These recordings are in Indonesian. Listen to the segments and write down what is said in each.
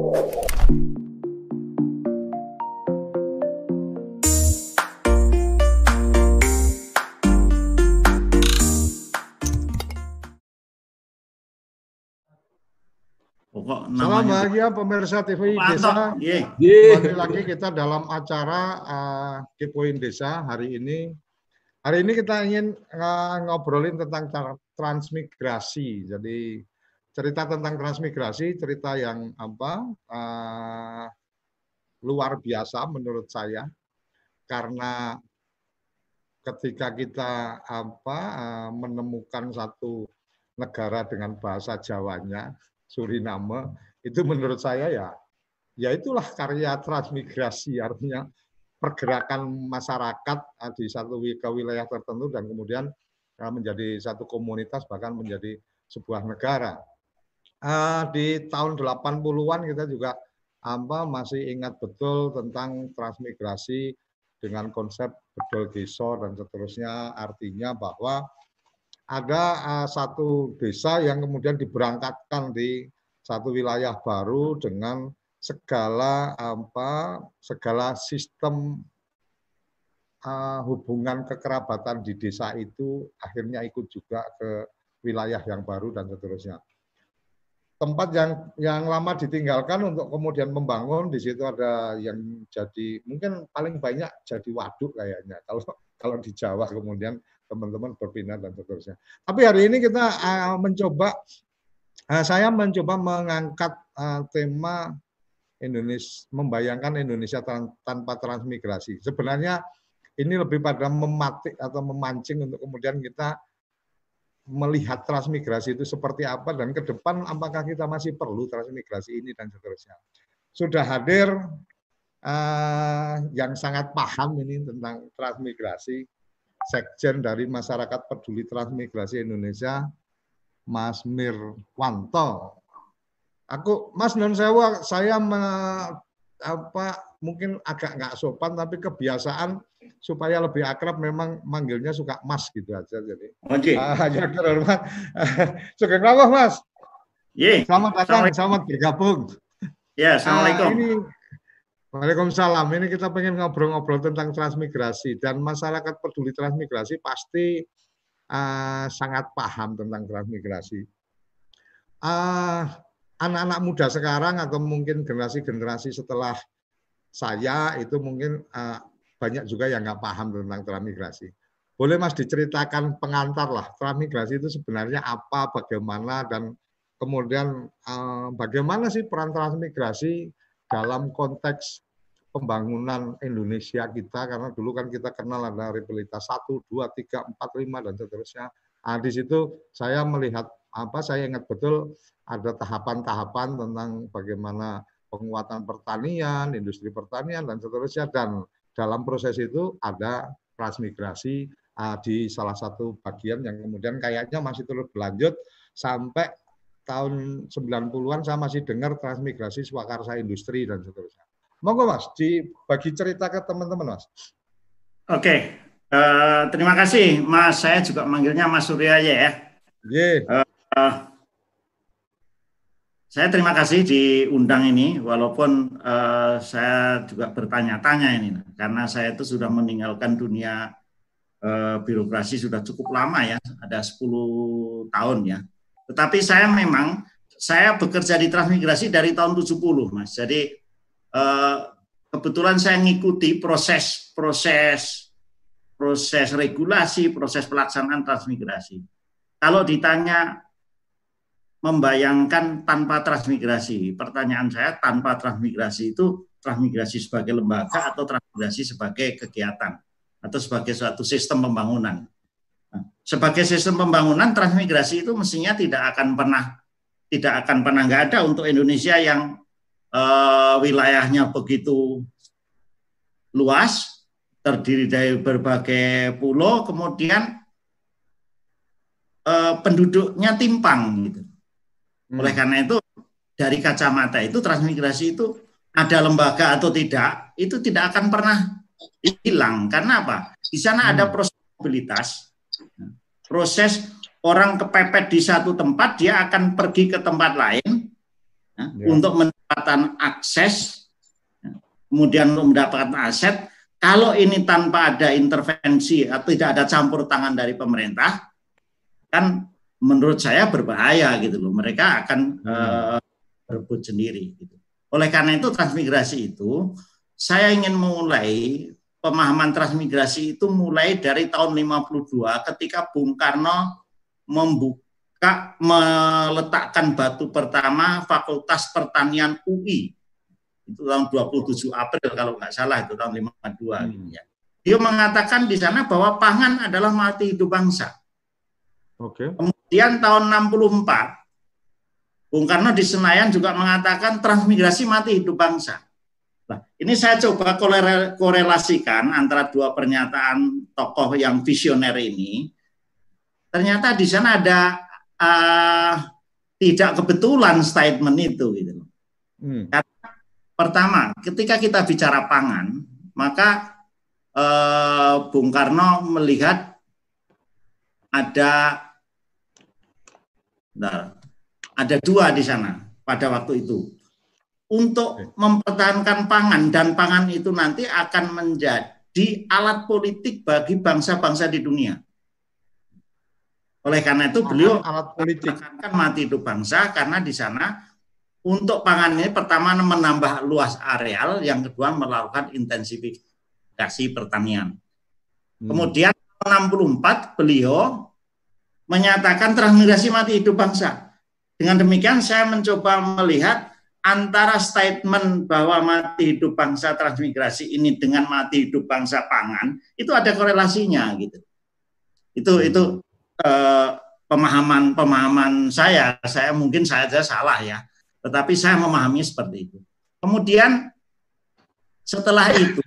Selamat pagi pemirsa TV Desa. Kembali lagi kita dalam acara Kepoin Desa hari ini. Hari ini kita ingin ngobrolin tentang transmigrasi. Jadi cerita tentang transmigrasi, cerita yang luar biasa menurut saya. Karena ketika kita menemukan satu negara dengan bahasa Jawanya, Suriname, itu menurut saya ya itulah karya transmigrasi, artinya pergerakan masyarakat di satu wilayah tertentu dan kemudian menjadi satu komunitas, bahkan menjadi sebuah negara. Di tahun 80-an kita juga masih ingat betul tentang transmigrasi dengan konsep bedol desa dan seterusnya, artinya bahwa ada satu desa yang kemudian diberangkatkan di satu wilayah baru dengan segala sistem hubungan kekerabatan di desa itu akhirnya ikut juga ke wilayah yang baru dan seterusnya. Tempat yang lama ditinggalkan untuk kemudian membangun, di situ ada yang jadi mungkin paling banyak jadi waduk kayaknya kalau di Jawa, kemudian teman-teman berpindah dan seterusnya. Tapi hari ini kita saya mencoba mengangkat tema Indonesia, membayangkan Indonesia tanpa transmigrasi. Sebenarnya ini lebih pada mematik atau memancing untuk kemudian kita melihat transmigrasi itu seperti apa dan ke depan apakah kita masih perlu transmigrasi ini dan seterusnya. Sudah hadir yang sangat paham ini tentang transmigrasi, Sekjen dari Masyarakat Peduli Transmigrasi Indonesia, Mas Mirwanto. Mas non sewa, saya mungkin agak nggak sopan, tapi kebiasaan supaya lebih akrab memang manggilnya suka Mas gitu aja. Jadi hanya terhormat. Sugeng rawuh Mas. Selamat datang, selamat bergabung. Ya, assalamualaikum. Waalaikumsalam. Ini kita pengen ngobrol-ngobrol tentang transmigrasi dan masyarakat peduli transmigrasi pasti sangat paham tentang transmigrasi. Anak-anak muda sekarang atau mungkin generasi-generasi setelah saya itu mungkin banyak juga yang nggak paham tentang transmigrasi. Boleh Mas diceritakan pengantar lah, transmigrasi itu sebenarnya apa, bagaimana, dan kemudian bagaimana sih peran transmigrasi dalam konteks pembangunan Indonesia kita, karena dulu kan kita kenal ada rivalitas 1, 2, 3, 4, 5 dan seterusnya. Di situ saya melihat saya ingat betul ada tahapan-tahapan tentang bagaimana penguatan pertanian, industri pertanian dan seterusnya, dan dalam proses itu ada transmigrasi di salah satu bagian yang kemudian kayaknya masih terus berlanjut sampai tahun 90-an saya masih dengar transmigrasi swakarsa industri dan seterusnya. Monggo Mas, dibagi cerita ke teman-teman Mas. Oke, terima kasih Mas. Saya juga manggilnya Mas Surya ya. Saya terima kasih diundang ini, walaupun saya juga bertanya-tanya ini, karena saya itu sudah meninggalkan dunia birokrasi sudah cukup lama ya, ada 10 tahun ya. Tetapi saya bekerja di transmigrasi dari tahun 70 Mas. Jadi kebetulan saya mengikuti proses regulasi, proses pelaksanaan transmigrasi. Kalau ditanya membayangkan tanpa transmigrasi, pertanyaan saya tanpa transmigrasi itu transmigrasi sebagai lembaga atau transmigrasi sebagai kegiatan atau sebagai suatu sistem pembangunan. Sebagai sistem pembangunan, transmigrasi itu mestinya tidak akan pernah nggak ada untuk Indonesia yang wilayahnya begitu luas, terdiri dari berbagai pulau, kemudian penduduknya timpang gitu. Oleh karena itu, dari kacamata itu transmigrasi itu ada lembaga atau tidak, itu tidak akan pernah hilang. Karena apa? Di sana ada proses mobilitas, proses orang kepepet di satu tempat, dia akan pergi ke tempat lain, untuk mendapatkan akses, kemudian untuk mendapatkan aset. Kalau ini tanpa ada intervensi atau tidak ada campur tangan dari pemerintah, kan menurut saya berbahaya gitu loh. Mereka akan berebut sendiri. Gitu. Oleh karena itu transmigrasi itu, saya ingin mulai pemahaman transmigrasi itu mulai dari tahun 52 ketika Bung Karno meletakkan batu pertama Fakultas Pertanian UI. Itu tahun 27 April kalau nggak salah, itu tahun 52. Gitu ya. Dia mengatakan di sana bahwa pangan adalah mati hidup bangsa. Kemudian tahun 64, Bung Karno di Senayan juga mengatakan transmigrasi mati hidup bangsa. Nah, ini saya coba korelasikan antara dua pernyataan tokoh yang visioner ini. Ternyata di sana ada tidak kebetulan statement itu. Gitu. Karena pertama, ketika kita bicara pangan, maka Bung Karno melihat ada dua di sana pada waktu itu. Untuk mempertahankan pangan, dan pangan itu nanti akan menjadi alat politik bagi bangsa-bangsa di dunia. Oleh karena itu beliau akan mati hidup bangsa, karena di sana untuk pangan ini pertama menambah luas areal, yang kedua melakukan intensifikasi pertanian. Kemudian 64 beliau menyatakan transmigrasi mati hidup bangsa. Dengan demikian saya mencoba melihat antara statement bahwa mati hidup bangsa transmigrasi ini dengan mati hidup bangsa pangan itu ada korelasinya gitu. Itu pemahaman saya mungkin saya saja salah ya, tetapi saya memahami seperti itu. Kemudian setelah itu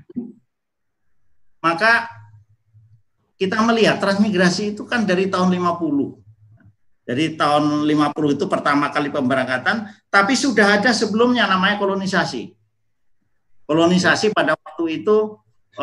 maka kita melihat transmigrasi itu kan dari tahun 50. Jadi tahun 50 itu pertama kali pemberangkatan, tapi sudah ada sebelumnya namanya kolonisasi. Kolonisasi pada waktu itu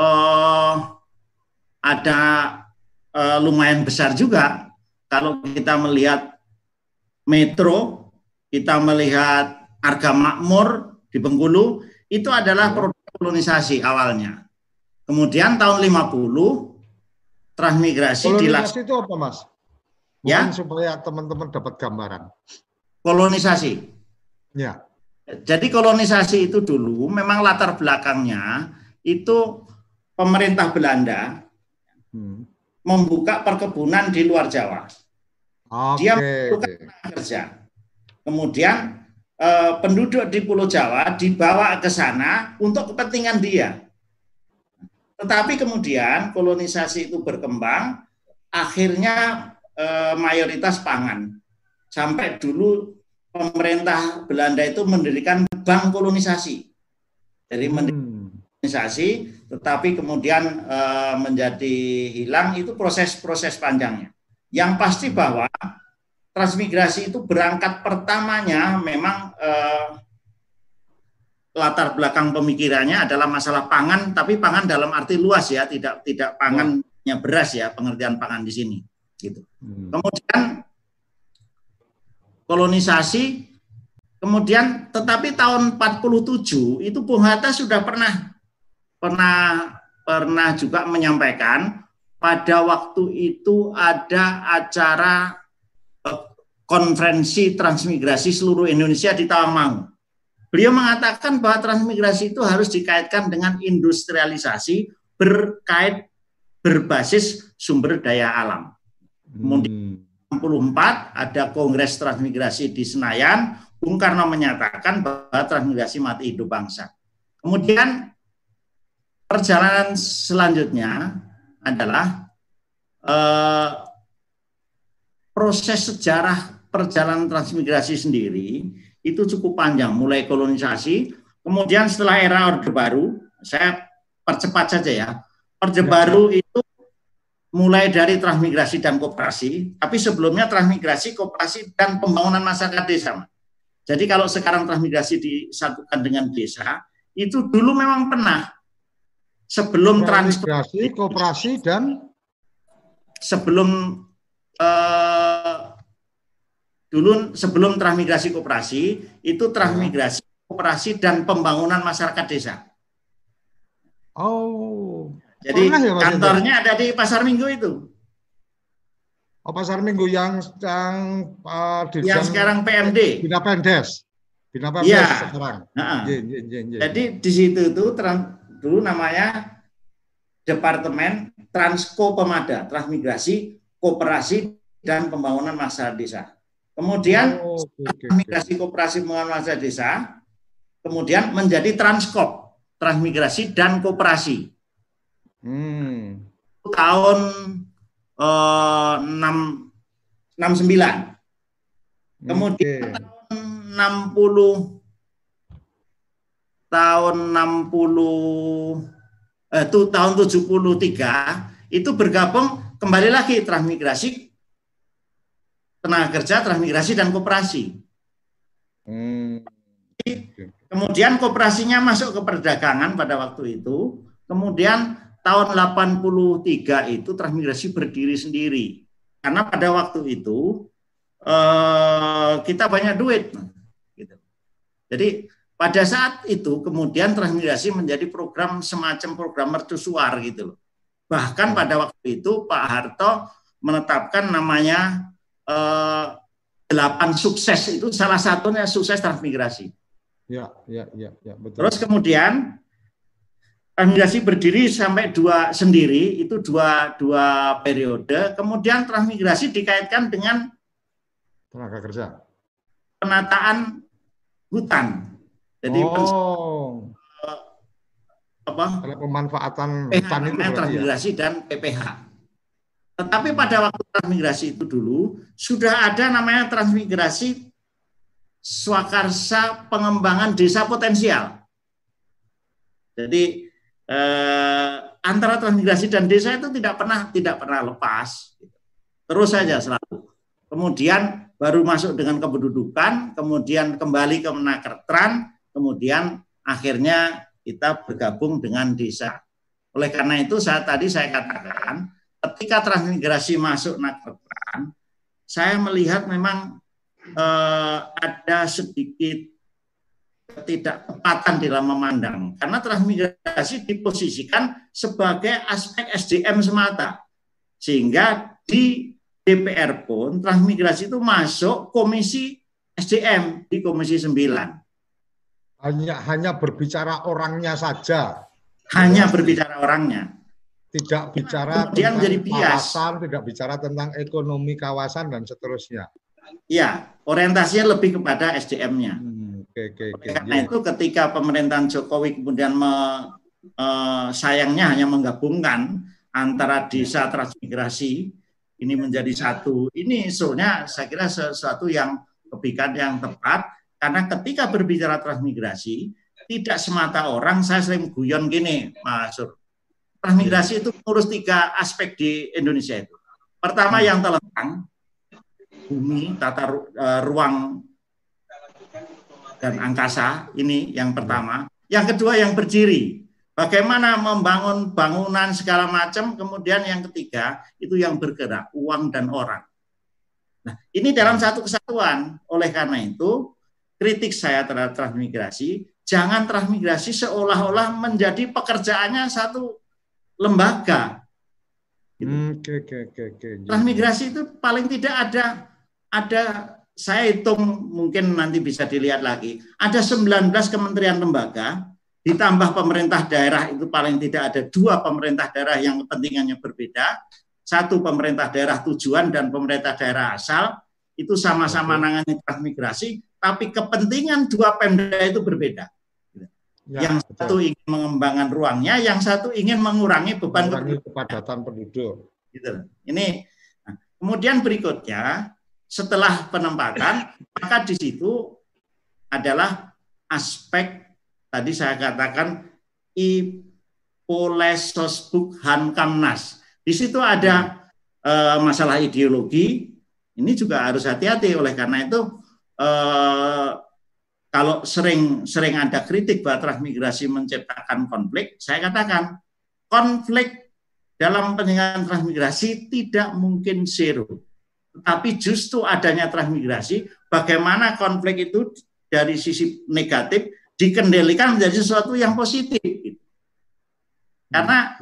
ada lumayan besar juga. Kalau kita melihat Metro, kita melihat Arga Makmur di Bengkulu, itu adalah produk kolonisasi awalnya. Kemudian tahun 50, transmigrasi dilaksanakan. Kolonisasi itu apa, Mas? Mungkin ya, supaya teman-teman dapat gambaran. Kolonisasi. Ya. Jadi kolonisasi itu dulu memang latar belakangnya itu pemerintah Belanda membuka perkebunan di luar Jawa. Dia membuka kerja. Kemudian penduduk di Pulau Jawa dibawa ke sana untuk kepentingan dia. Tetapi kemudian kolonisasi itu berkembang, akhirnya mayoritas pangan. Sampai dulu pemerintah Belanda itu mendirikan bank kolonisasi. Jadi kolonisasi, tetapi kemudian menjadi hilang, itu proses-proses panjangnya. Yang pasti bahwa transmigrasi itu berangkat pertamanya memang latar belakang pemikirannya adalah masalah pangan, tapi pangan dalam arti luas ya, tidak pangannya beras ya, pengertian pangan di sini. Gitu. Kemudian kolonisasi, kemudian tetapi tahun 47 itu Bung Hatta sudah pernah juga menyampaikan pada waktu itu ada acara konferensi transmigrasi seluruh Indonesia di Tawangmangu. Beliau mengatakan bahwa transmigrasi itu harus dikaitkan dengan industrialisasi berbasis sumber daya alam. Kemudian 64 ada Kongres Transmigrasi di Senayan, Bung Karno menyatakan bahwa transmigrasi mati hidup bangsa. Kemudian perjalanan selanjutnya adalah proses sejarah perjalanan transmigrasi sendiri itu cukup panjang, mulai kolonisasi, kemudian setelah era Orde Baru, saya percepat saja ya, Orde Baru itu mulai dari transmigrasi dan koperasi, tapi sebelumnya transmigrasi, koperasi, dan pembangunan masyarakat desa. Jadi kalau sekarang transmigrasi disatukan dengan desa, itu dulu memang pernah. Sebelum transmigrasi, koperasi, dan sebelum dulu sebelum transmigrasi koperasi itu transmigrasi koperasi dan pembangunan masyarakat desa. Oh, Jadi pernah ya Mas Hendro? kantornya ada di Pasar Minggu itu. Oh, Pasar Minggu yang di Yang sekarang PMD. Bina Pendes. Bina Pendes Iya. sekarang. Nah, Ye, ye, ye, ye. jadi di situ itu dulu namanya Departemen Transko Pemada, Transmigrasi, Koperasi dan Pembangunan Masyarakat Desa. Kemudian transmigrasi koperasi pembangunan masyarakat desa, kemudian menjadi Transkop, Transmigrasi dan Koperasi. Tahun 69. Kemudian tahun 73 itu bergabung kembali lagi transmigrasi, tenaga kerja, transmigrasi dan koperasi. Kemudian koperasinya masuk ke perdagangan pada waktu itu. Kemudian tahun 83 itu transmigrasi berdiri sendiri. Karena pada waktu itu kita banyak duit. Gitu. Jadi pada saat itu kemudian transmigrasi menjadi program semacam program mercusuar gitu loh. Bahkan pada waktu itu Pak Harto menetapkan namanya 8 sukses, itu salah satunya sukses transmigrasi. Ya, betul. Terus kemudian transmigrasi berdiri sampai sendiri, itu dua periode. Kemudian transmigrasi dikaitkan dengan tenaga kerja, penataan hutan. Jadi pemanfaatan hutan itu transmigrasi dan PPH. Tetapi pada waktu transmigrasi itu dulu sudah ada namanya transmigrasi swakarsa pengembangan desa potensial. Jadi antara transmigrasi dan desa itu tidak pernah lepas, terus saja selalu. Kemudian baru masuk dengan kependudukan, kemudian kembali ke Menakertran, kemudian akhirnya kita bergabung dengan desa. Oleh karena itu tadi saya katakan, ketika transmigrasi masuk Nakertran, saya melihat memang ada sedikit ketidaktepatan dalam memandang, karena transmigrasi diposisikan sebagai aspek SDM semata, sehingga di DPR pun transmigrasi itu masuk komisi SDM di komisi 9. Hanya berbicara orangnya saja. Hanya berbicara orangnya. Tidak bicara tentang kawasan, tidak bicara tentang ekonomi kawasan dan seterusnya. Ya, orientasinya lebih kepada SDM-nya. Karena itu ketika pemerintahan Jokowi kemudian sayangnya hanya menggabungkan antara desa transmigrasi ini menjadi satu. Ini soalnya saya kira sesuatu yang kebijakan yang tepat, karena ketika berbicara transmigrasi tidak semata orang. Saya sering guyon gini, Mas Sur. Transmigrasi itu mengurus 3 aspek di Indonesia itu. Pertama yang telentang, bumi, tata ruang dan angkasa, ini yang pertama. Yang kedua yang berdiri, bagaimana membangun bangunan segala macam. Kemudian yang ketiga itu yang bergerak, uang dan orang. Nah, ini dalam satu kesatuan. Oleh karena itu, kritik saya terhadap transmigrasi, jangan transmigrasi seolah-olah menjadi pekerjaannya satu lembaga. Gitu. Transmigrasi itu paling tidak ada saya hitung, mungkin nanti bisa dilihat lagi, ada 19 kementerian lembaga, ditambah pemerintah daerah, itu paling tidak ada 2 pemerintah daerah yang kepentingannya berbeda, 1 pemerintah daerah tujuan dan pemerintah daerah asal, itu sama-sama nangani transmigrasi, tapi kepentingan 2 Pemda itu berbeda. Yang satu ingin mengembangkan ruangnya, yang satu ingin mengurangi beban kepadatan penduduk. Gitu. Ini, kemudian berikutnya, setelah penempatan, maka di situ adalah aspek tadi saya katakan Ipolesosbuk Hankamnas. Di situ ada masalah ideologi. Ini juga harus hati-hati. Oleh karena itu, kalau sering ada kritik bahwa transmigrasi menciptakan konflik, saya katakan konflik dalam penyelenggaraan transmigrasi tidak mungkin zero. Tapi justru adanya transmigrasi, bagaimana konflik itu dari sisi negatif dikendalikan menjadi sesuatu yang positif. Karena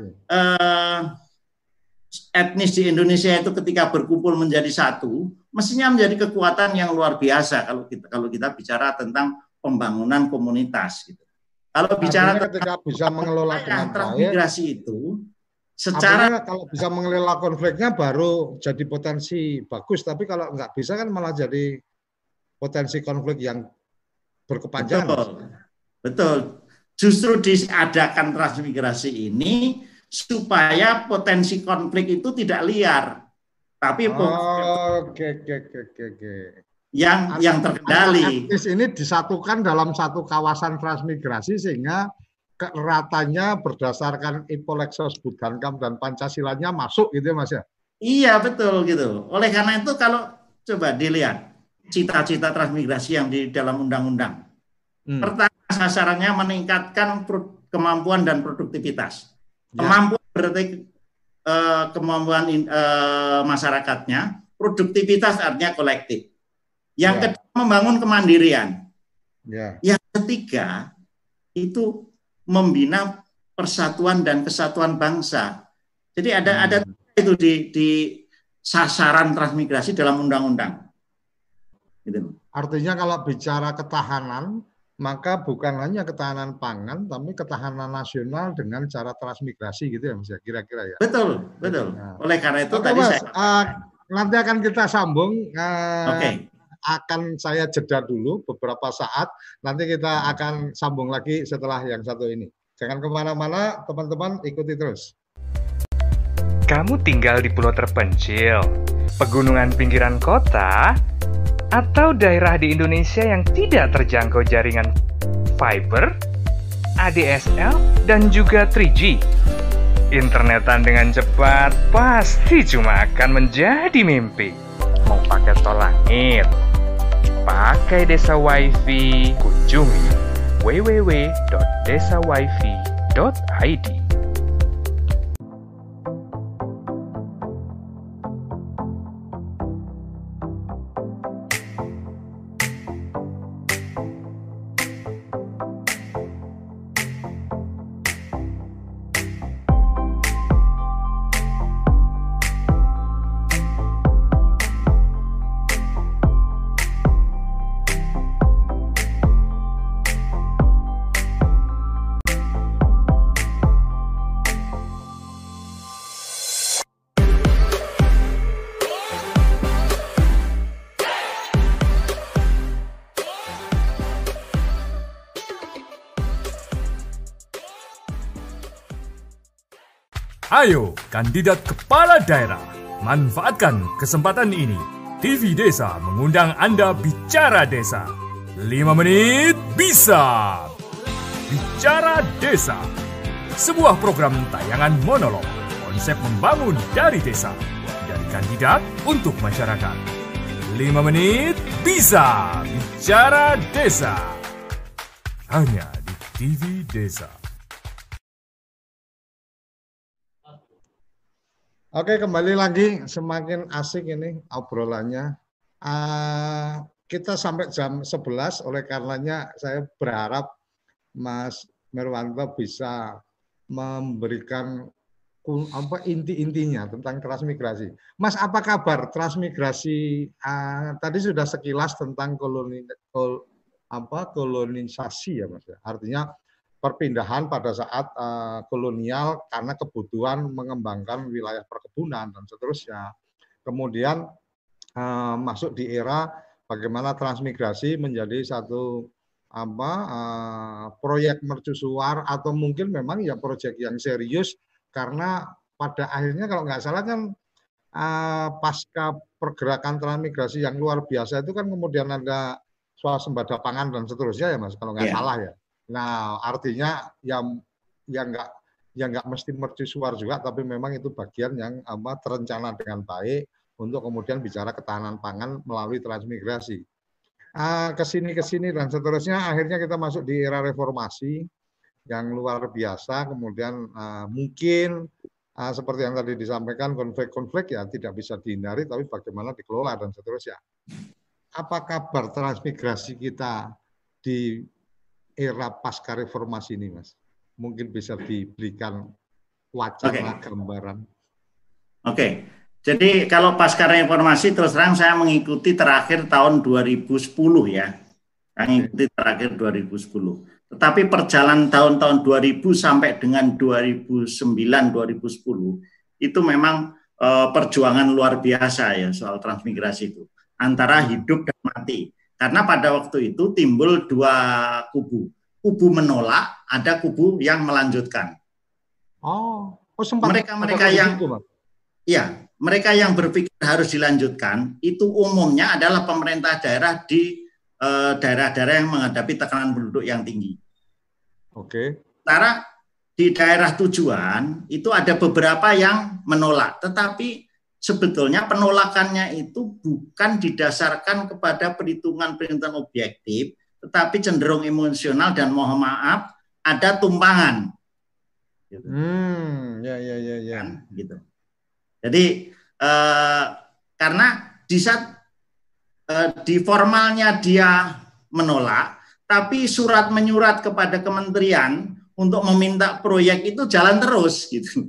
etnis di Indonesia itu ketika berkumpul menjadi satu, mestinya menjadi kekuatan yang luar biasa kalau kita bicara tentang pembangunan komunitas. Gitu. Kalau bicara ketika bisa mengelola dengan transmigrasi itu, secara kalau bisa mengelola konfliknya baru jadi potensi bagus, tapi kalau nggak bisa kan malah jadi potensi konflik yang berkepanjangan. Betul, betul. Justru diadakan transmigrasi ini supaya potensi konflik itu tidak liar, tapi yang terkendali. Etnis ini disatukan dalam satu kawasan transmigrasi sehingga keeratannya berdasarkan Ipolexos Budankam dan Pancasilanya masuk gitu ya Mas ya? Iya betul gitu. Oleh karena itu kalau coba dilihat cita-cita transmigrasi yang di dalam undang-undang. Pertama sasarannya meningkatkan kemampuan dan produktivitas. Kemampuan berarti kemampuan masyarakatnya, produktivitas artinya kolektif. Yang kedua membangun kemandirian. Yang ketiga itu membina persatuan dan kesatuan bangsa. Jadi ada itu di sasaran transmigrasi dalam undang-undang. Gitu. Artinya kalau bicara ketahanan, maka bukan hanya ketahanan pangan, tapi ketahanan nasional dengan cara transmigrasi gitu ya Mas ya, kira-kira ya. Betul, betul. Nah. Oleh karena itu tadi Mas, nanti akan kita sambung. Akan saya jeda dulu beberapa saat. Nanti kita akan sambung lagi setelah yang satu ini. Jangan kemana-mana, teman-teman, ikuti terus. Kamu tinggal di pulau terpencil, pegunungan pinggiran kota, atau daerah di Indonesia yang tidak terjangkau jaringan fiber, ADSL, dan juga 3G. Internetan dengan cepat pasti cuma akan menjadi mimpi. Mau pakai tol langit, pakai Desa Wifi, kunjungi www.desawifi.id. Ayo, kandidat kepala daerah, manfaatkan kesempatan ini. TV Desa mengundang Anda bicara desa. 5 menit bisa. Bicara Desa. Sebuah program tayangan monolog, konsep membangun dari desa. Dari kandidat untuk masyarakat. 5 menit bisa. Bicara Desa. Hanya di TV Desa. Oke, kembali lagi. Semakin asik ini obrolannya. Kita sampai jam 11, oleh karenanya saya berharap Mas Merwanto bisa memberikan inti-intinya tentang transmigrasi. Mas, apa kabar transmigrasi? Tadi sudah sekilas tentang kolonisasi ya Mas. Artinya perpindahan pada saat kolonial karena kebutuhan mengembangkan wilayah perkebunan dan seterusnya. Kemudian masuk di era bagaimana transmigrasi menjadi satu proyek mercusuar atau mungkin memang ya proyek yang serius, karena pada akhirnya kalau nggak salah kan pasca pergerakan transmigrasi yang luar biasa itu kan kemudian ada swasembada pangan dan seterusnya ya Mas, kalau nggak salah ya. Nah, artinya yang nggak mesti mercusuar juga, tapi memang itu bagian yang terencana dengan baik untuk kemudian bicara ketahanan pangan melalui transmigrasi. Kesini dan seterusnya, akhirnya kita masuk di era reformasi yang luar biasa. Kemudian mungkin seperti yang tadi disampaikan, konflik-konflik ya tidak bisa dihindari, tapi bagaimana dikelola dan seterusnya. Apa kabar transmigrasi kita di era pasca reformasi ini, Mas? Mungkin bisa diberikan wacana, gambaran. Oke. Jadi kalau pasca reformasi terus terang saya mengikuti terakhir tahun 2010 ya. Saya mengikuti terakhir 2010. Tetapi perjalanan tahun-tahun 2000 sampai dengan 2009-2010 itu memang perjuangan luar biasa ya soal transmigrasi itu. Antara hidup dan mati. Karena pada waktu itu timbul dua kubu. Kubu menolak, ada kubu yang melanjutkan. Sempat mereka yang mereka yang berpikir harus dilanjutkan itu umumnya adalah pemerintah daerah di daerah-daerah yang menghadapi tekanan penduduk yang tinggi. Oke. Sementara di daerah tujuan itu ada beberapa yang menolak, tetapi sebetulnya penolakannya itu bukan didasarkan kepada perhitungan-perhitungan objektif, tetapi cenderung emosional dan mohon maaf ada tumpangan. Gitu. Gitu. Jadi karena di saat di formalnya dia menolak, tapi surat menyurat kepada kementerian untuk meminta proyek itu jalan terus gitu.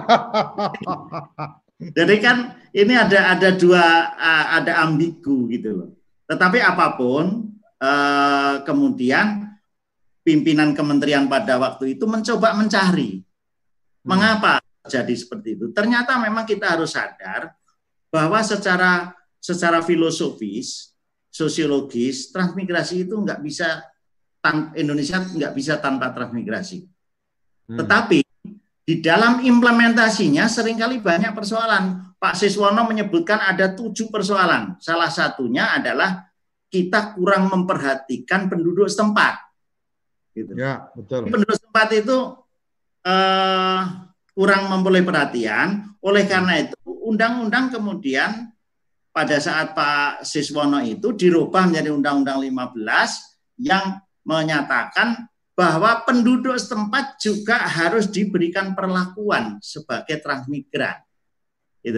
Jadi kan ini ada ambigu gitu loh. Tetapi apapun kemudian pimpinan kementerian pada waktu itu mencoba mencari mengapa jadi seperti itu. Ternyata memang kita harus sadar bahwa secara filosofis, sosiologis, transmigrasi itu nggak bisa, Indonesia nggak bisa tanpa transmigrasi. Tetapi di dalam implementasinya seringkali banyak persoalan. Pak Siswono menyebutkan ada 7 persoalan. Salah satunya adalah kita kurang memperhatikan penduduk setempat. Gitu. Ya, betul. Penduduk setempat itu kurang memperoleh perhatian. Oleh karena itu, undang-undang kemudian pada saat Pak Siswono itu dirubah menjadi Undang-Undang 15 yang menyatakan bahwa penduduk setempat juga harus diberikan perlakuan sebagai transmigran. Gitu.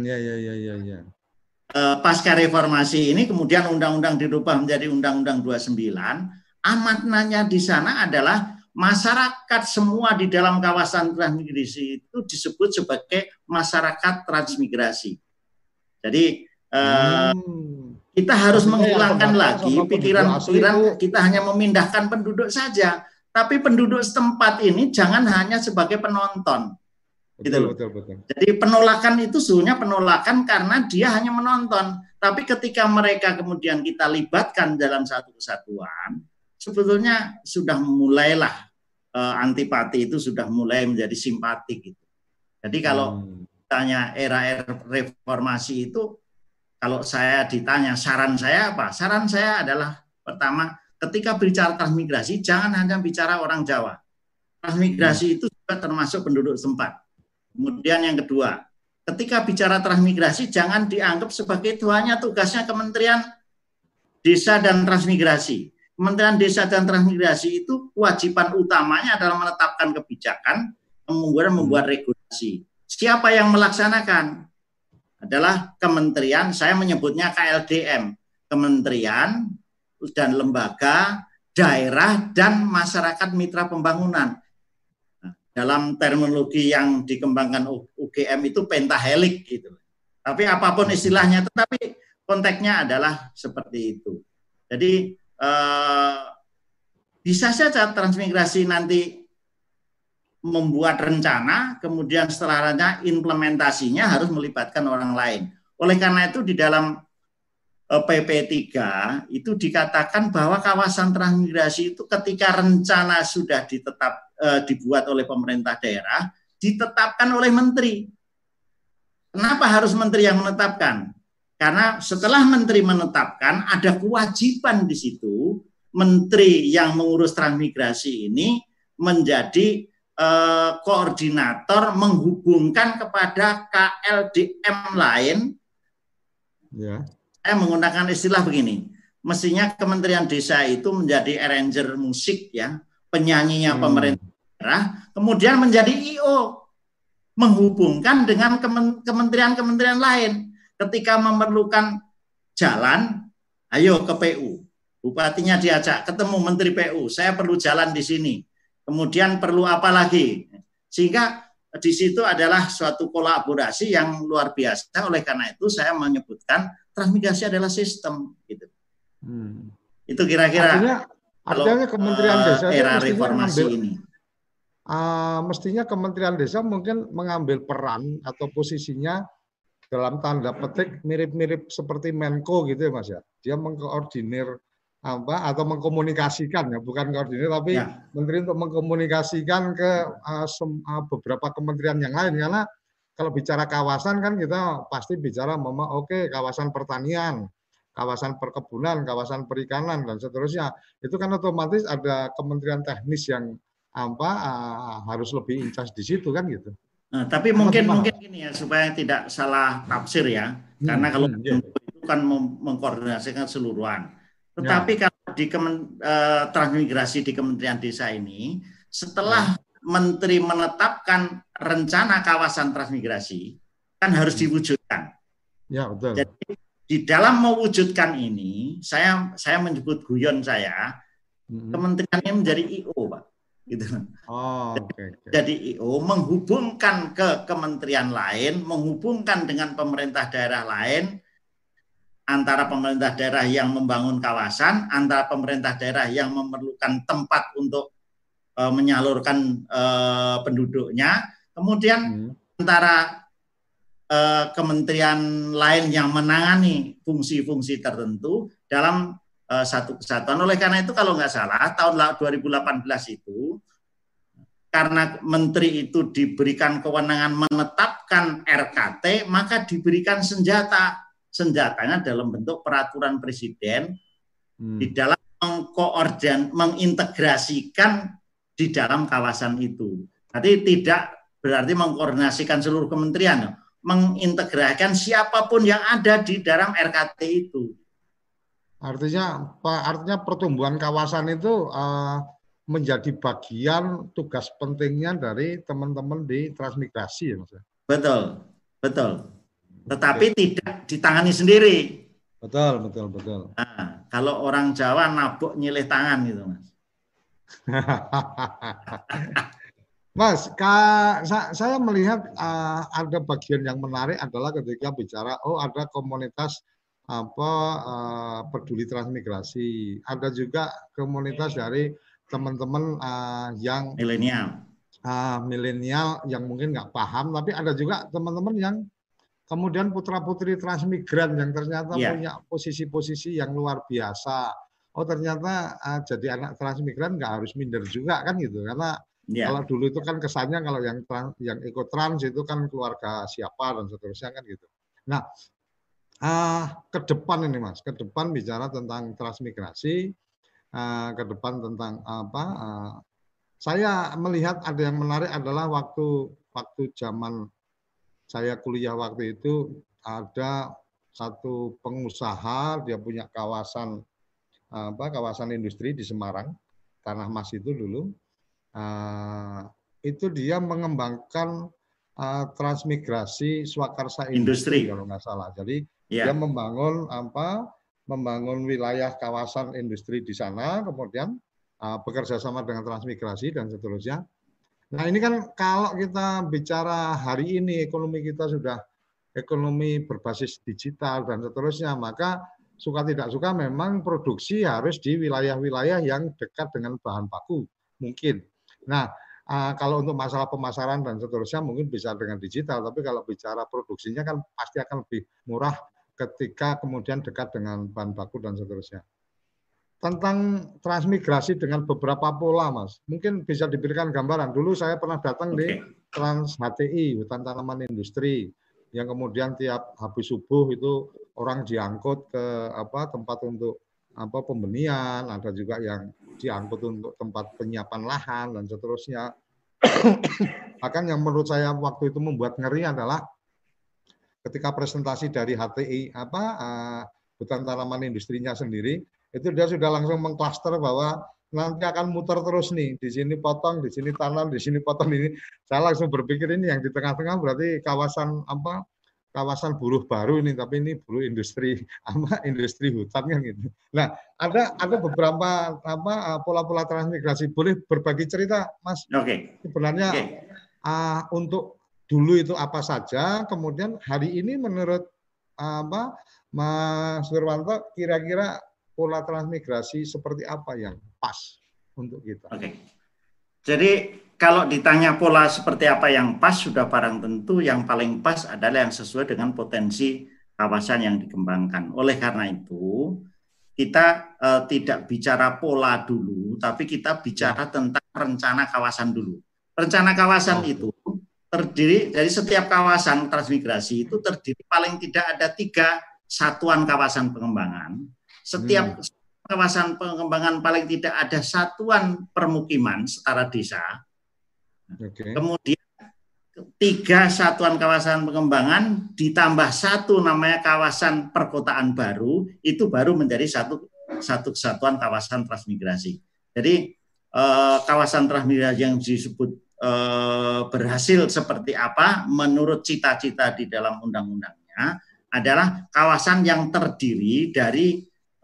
Pasca reformasi ini kemudian undang-undang dirubah menjadi Undang-Undang 29. Amanatnya di sana adalah masyarakat semua di dalam kawasan transmigrasi itu disebut sebagai masyarakat transmigrasi. Jadi kita harus menghilangkan lagi pikiran-pikiran kita hanya memindahkan penduduk saja, tapi penduduk setempat ini jangan hanya sebagai penonton. Betul. Jadi penolakan itu sebenarnya penolakan karena dia hanya menonton, tapi ketika mereka kemudian kita libatkan dalam satu kesatuan, sebetulnya sudah mulailah antipati itu sudah mulai menjadi simpati gitu. Jadi kalau tanya era reformasi itu, kalau saya ditanya saran saya apa? Saran saya adalah pertama, ketika bicara transmigrasi jangan hanya bicara orang Jawa. Transmigrasi itu juga termasuk penduduk setempat. Kemudian yang kedua, ketika bicara transmigrasi jangan dianggap sebagai itu hanya tugasnya Kementerian Desa dan Transmigrasi. Kementerian Desa dan Transmigrasi itu kewajiban utamanya adalah menetapkan kebijakan, kemudian membuat regulasi. Siapa yang melaksanakan? Adalah kementerian, saya menyebutnya KLDM, kementerian dan lembaga, daerah, dan masyarakat mitra pembangunan. Nah, dalam terminologi yang dikembangkan UGM itu pentahelik gitu. Tapi apapun istilahnya, tetapi konteksnya adalah seperti itu. Jadi bisa saja transmigrasi nanti membuat rencana, kemudian setelahnya implementasinya harus melibatkan orang lain. Oleh karena itu di dalam PP 3 itu dikatakan bahwa kawasan transmigrasi itu ketika rencana sudah dibuat oleh pemerintah daerah, ditetapkan oleh menteri. Kenapa harus menteri yang menetapkan? Karena setelah menteri menetapkan, ada kewajiban di situ, menteri yang mengurus transmigrasi ini menjadi koordinator menghubungkan kepada KLDM lain. Ya. Saya menggunakan istilah begini, mestinya Kementerian Desa itu menjadi arranger musik ya, penyanyinya pemerintah daerah, kemudian menjadi IO, menghubungkan dengan kementerian-kementerian lain. Ketika memerlukan jalan, ayo ke PU. Bupatinya diajak ketemu Menteri PU, saya perlu jalan di sini. Kemudian perlu apa lagi? Sehingga di situ adalah suatu kolaborasi yang luar biasa. Oleh karena itu saya menyebutkan transmigrasi adalah sistem. Gitu. Itu kira-kira artinya Kementerian Desa era reformasi ini. Mestinya Kementerian Desa mungkin mengambil peran atau posisinya dalam tanda petik mirip-mirip seperti Menko gitu ya Mas ya. Dia mengkoordinir atau mengkomunikasikan ya, bukan koordinir tapi menteri untuk mengkomunikasikan ke beberapa kementerian yang lain, karena kalau bicara kawasan kan kita pasti bicara kawasan pertanian, kawasan perkebunan, kawasan perikanan dan seterusnya. Itu kan otomatis ada kementerian teknis yang harus lebih incas di situ kan gitu. Nah, tapi mungkin gini ya supaya tidak salah tafsir ya, karena kalau itu kan mengkoordinasikan keseluruhan. Tetapi kalau di transmigrasi di Kementerian Desa ini, setelah Menteri menetapkan rencana kawasan transmigrasi, kan harus diwujudkan. Ya betul. Jadi di dalam mewujudkan ini, saya menyebut guyon saya, kementerian ini menjadi IO, Pak. Gitu. Jadi IO menghubungkan ke kementerian lain, menghubungkan dengan pemerintah daerah lain, antara pemerintah daerah yang membangun kawasan, antara pemerintah daerah yang memerlukan tempat untuk menyalurkan penduduknya, kemudian antara kementerian lain yang menangani fungsi-fungsi tertentu dalam satu kesatuan. Oleh karena itu kalau nggak salah tahun 2018 itu karena menteri itu diberikan kewenangan menetapkan RKT, maka diberikan senjatanya dalam bentuk peraturan presiden di dalam mengintegrasikan di dalam kawasan itu. Nanti tidak berarti mengkoordinasikan seluruh kementerian, mengintegrasikan siapapun yang ada di dalam RKT itu. Artinya pertumbuhan kawasan itu menjadi bagian tugas pentingnya dari teman-teman di transmigrasi ya Mas. Betul. Tetapi tidak ditangani sendiri. Betul. Nah, kalau orang Jawa nabok nyilih tangan gitu Mas. Mas, saya melihat ada bagian yang menarik adalah ketika bicara ada komunitas peduli transmigrasi, ada juga komunitas dari teman-teman yang milenial yang mungkin nggak paham, tapi ada juga teman-teman yang kemudian putra-putri transmigran yang ternyata punya posisi-posisi yang luar biasa. Ternyata jadi anak transmigran nggak harus minder juga kan gitu, karena kalau dulu itu kan kesannya kalau yang ikut trans itu kan keluarga siapa dan seterusnya kan gitu. Nah, ke depan ini Mas, ke depan bicara tentang transmigrasi, ke depan tentang saya melihat ada yang menarik adalah waktu zaman saya kuliah waktu itu ada satu pengusaha, dia punya kawasan industri di Semarang, Tanah Mas itu dulu, itu dia mengembangkan transmigrasi swakarsa industri kalau nggak salah. Jadi dia membangun wilayah kawasan industri di sana, kemudian bekerja sama dengan transmigrasi dan seterusnya. Nah ini kan kalau kita bicara hari ini ekonomi kita sudah ekonomi berbasis digital dan seterusnya, maka suka tidak suka memang produksi harus di wilayah-wilayah yang dekat dengan bahan baku mungkin. Nah kalau untuk masalah pemasaran dan seterusnya mungkin bisa dengan digital, tapi kalau bicara produksinya kan pasti akan lebih murah ketika kemudian dekat dengan bahan baku dan seterusnya. Tentang transmigrasi dengan beberapa pola, Mas. Mungkin bisa diberikan gambaran. Dulu saya pernah datang di Trans HTI, hutan tanaman industri, yang kemudian tiap habis subuh itu orang diangkut ke tempat untuk pembenihan, ada juga yang diangkut untuk tempat penyiapan lahan dan seterusnya. Bahkan yang menurut saya waktu itu membuat ngeri adalah ketika presentasi dari HTI hutan tanaman industrinya sendiri, itu dia sudah langsung mengklaster bahwa nanti akan muter terus nih, di sini potong, di sini tanam, di sini potong ini. Saya langsung berpikir ini yang di tengah-tengah berarti kawasan apa? Kawasan buruh baru ini, tapi ini buruh industri apa? Industri hutan kan gitu. Nah, ada beberapa apa pola-pola transmigrasi. Boleh berbagi cerita, Mas? Oke. Sebenarnya untuk dulu itu apa saja, kemudian hari ini menurut apa Mas Wirwanto kira-kira pola transmigrasi seperti apa yang pas untuk kita? Oke. Jadi kalau ditanya pola seperti apa yang pas, sudah barang tentu yang paling pas adalah yang sesuai dengan potensi kawasan yang dikembangkan. Oleh karena itu, kita tidak bicara pola dulu, tapi kita bicara tentang rencana kawasan dulu. Rencana kawasan itu terdiri dari setiap kawasan transmigrasi itu terdiri paling tidak ada 3 satuan kawasan pengembangan. Setiap kawasan pengembangan paling tidak ada satuan permukiman setara desa. Kemudian 3 satuan kawasan pengembangan ditambah 1 namanya kawasan perkotaan baru, itu baru menjadi satu kesatuan kawasan transmigrasi. Jadi kawasan transmigrasi yang disebut berhasil seperti apa menurut cita-cita di dalam undang-undangnya adalah kawasan yang terdiri dari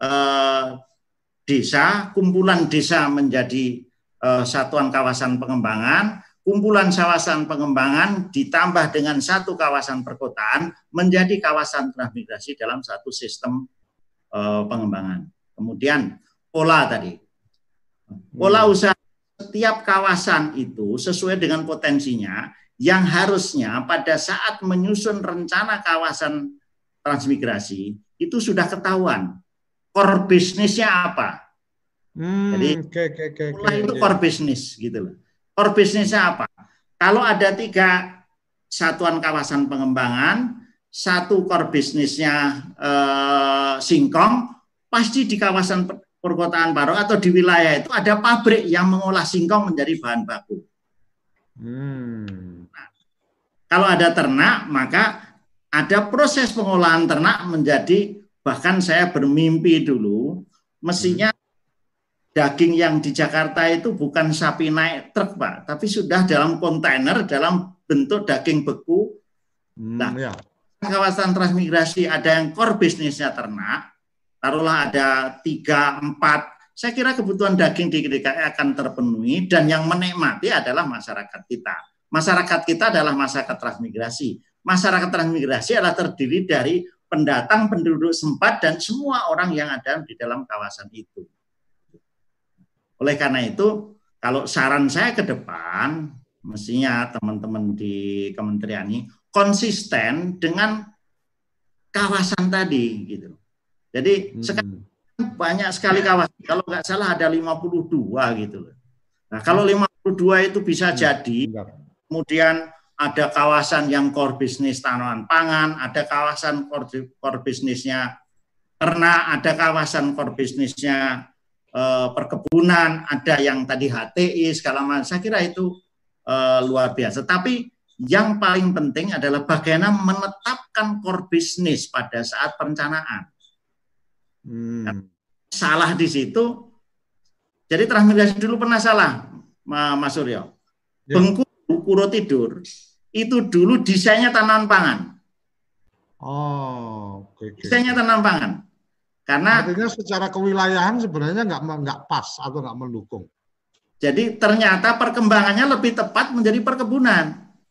desa, kumpulan desa menjadi satuan kawasan pengembangan, kumpulan kawasan pengembangan ditambah dengan 1 kawasan perkotaan menjadi kawasan transmigrasi dalam satu sistem pengembangan. Kemudian pola tadi, pola usaha setiap kawasan itu sesuai dengan potensinya yang harusnya pada saat menyusun rencana kawasan transmigrasi itu sudah ketahuan core bisnisnya apa. Jadi mulai itu core bisnis gitu loh. Core bisnisnya apa? Kalau ada 3 satuan kawasan pengembangan, 1 core bisnisnya singkong, pasti di kawasan perkotaan baru atau di wilayah itu ada pabrik yang mengolah singkong menjadi bahan baku. Nah, kalau ada ternak, maka ada proses pengolahan ternak menjadi, bahkan saya bermimpi dulu, mestinya daging yang di Jakarta itu bukan sapi naik truk, Pak, tapi sudah dalam kontainer dalam bentuk daging beku. Nah, kawasan transmigrasi ada yang core bisnisnya ternak, taruhlah ada 3-4, saya kira kebutuhan daging di DKI akan terpenuhi dan yang menikmati adalah masyarakat kita. Masyarakat kita adalah masyarakat transmigrasi. Masyarakat transmigrasi adalah terdiri dari pendatang, penduduk sempat, dan semua orang yang ada di dalam kawasan itu. Oleh karena itu, kalau saran saya ke depan, mestinya teman-teman di kementerian ini konsisten dengan kawasan tadi, gitu. Jadi sekarang banyak sekali kawasan, kalau nggak salah ada 52 gitu. Nah, kalau 52 itu bisa jadi, kemudian ada kawasan yang core bisnis tanaman pangan, ada kawasan core bisnisnya ternak, ada kawasan core bisnisnya perkebunan, ada yang tadi HTI, segala macam. Saya kira itu luar biasa. Tapi yang paling penting adalah bagaimana menetapkan core bisnis pada saat perencanaan. Salah di situ. Jadi transmigrasi dulu pernah salah, Mas Suryo. Bengkulu, Puro Tidur itu dulu desainnya tanaman pangan. Desainnya tanaman pangan. Karena artinya secara kewilayahan sebenarnya nggak pas atau nggak mendukung. Jadi ternyata perkembangannya lebih tepat menjadi perkebunan.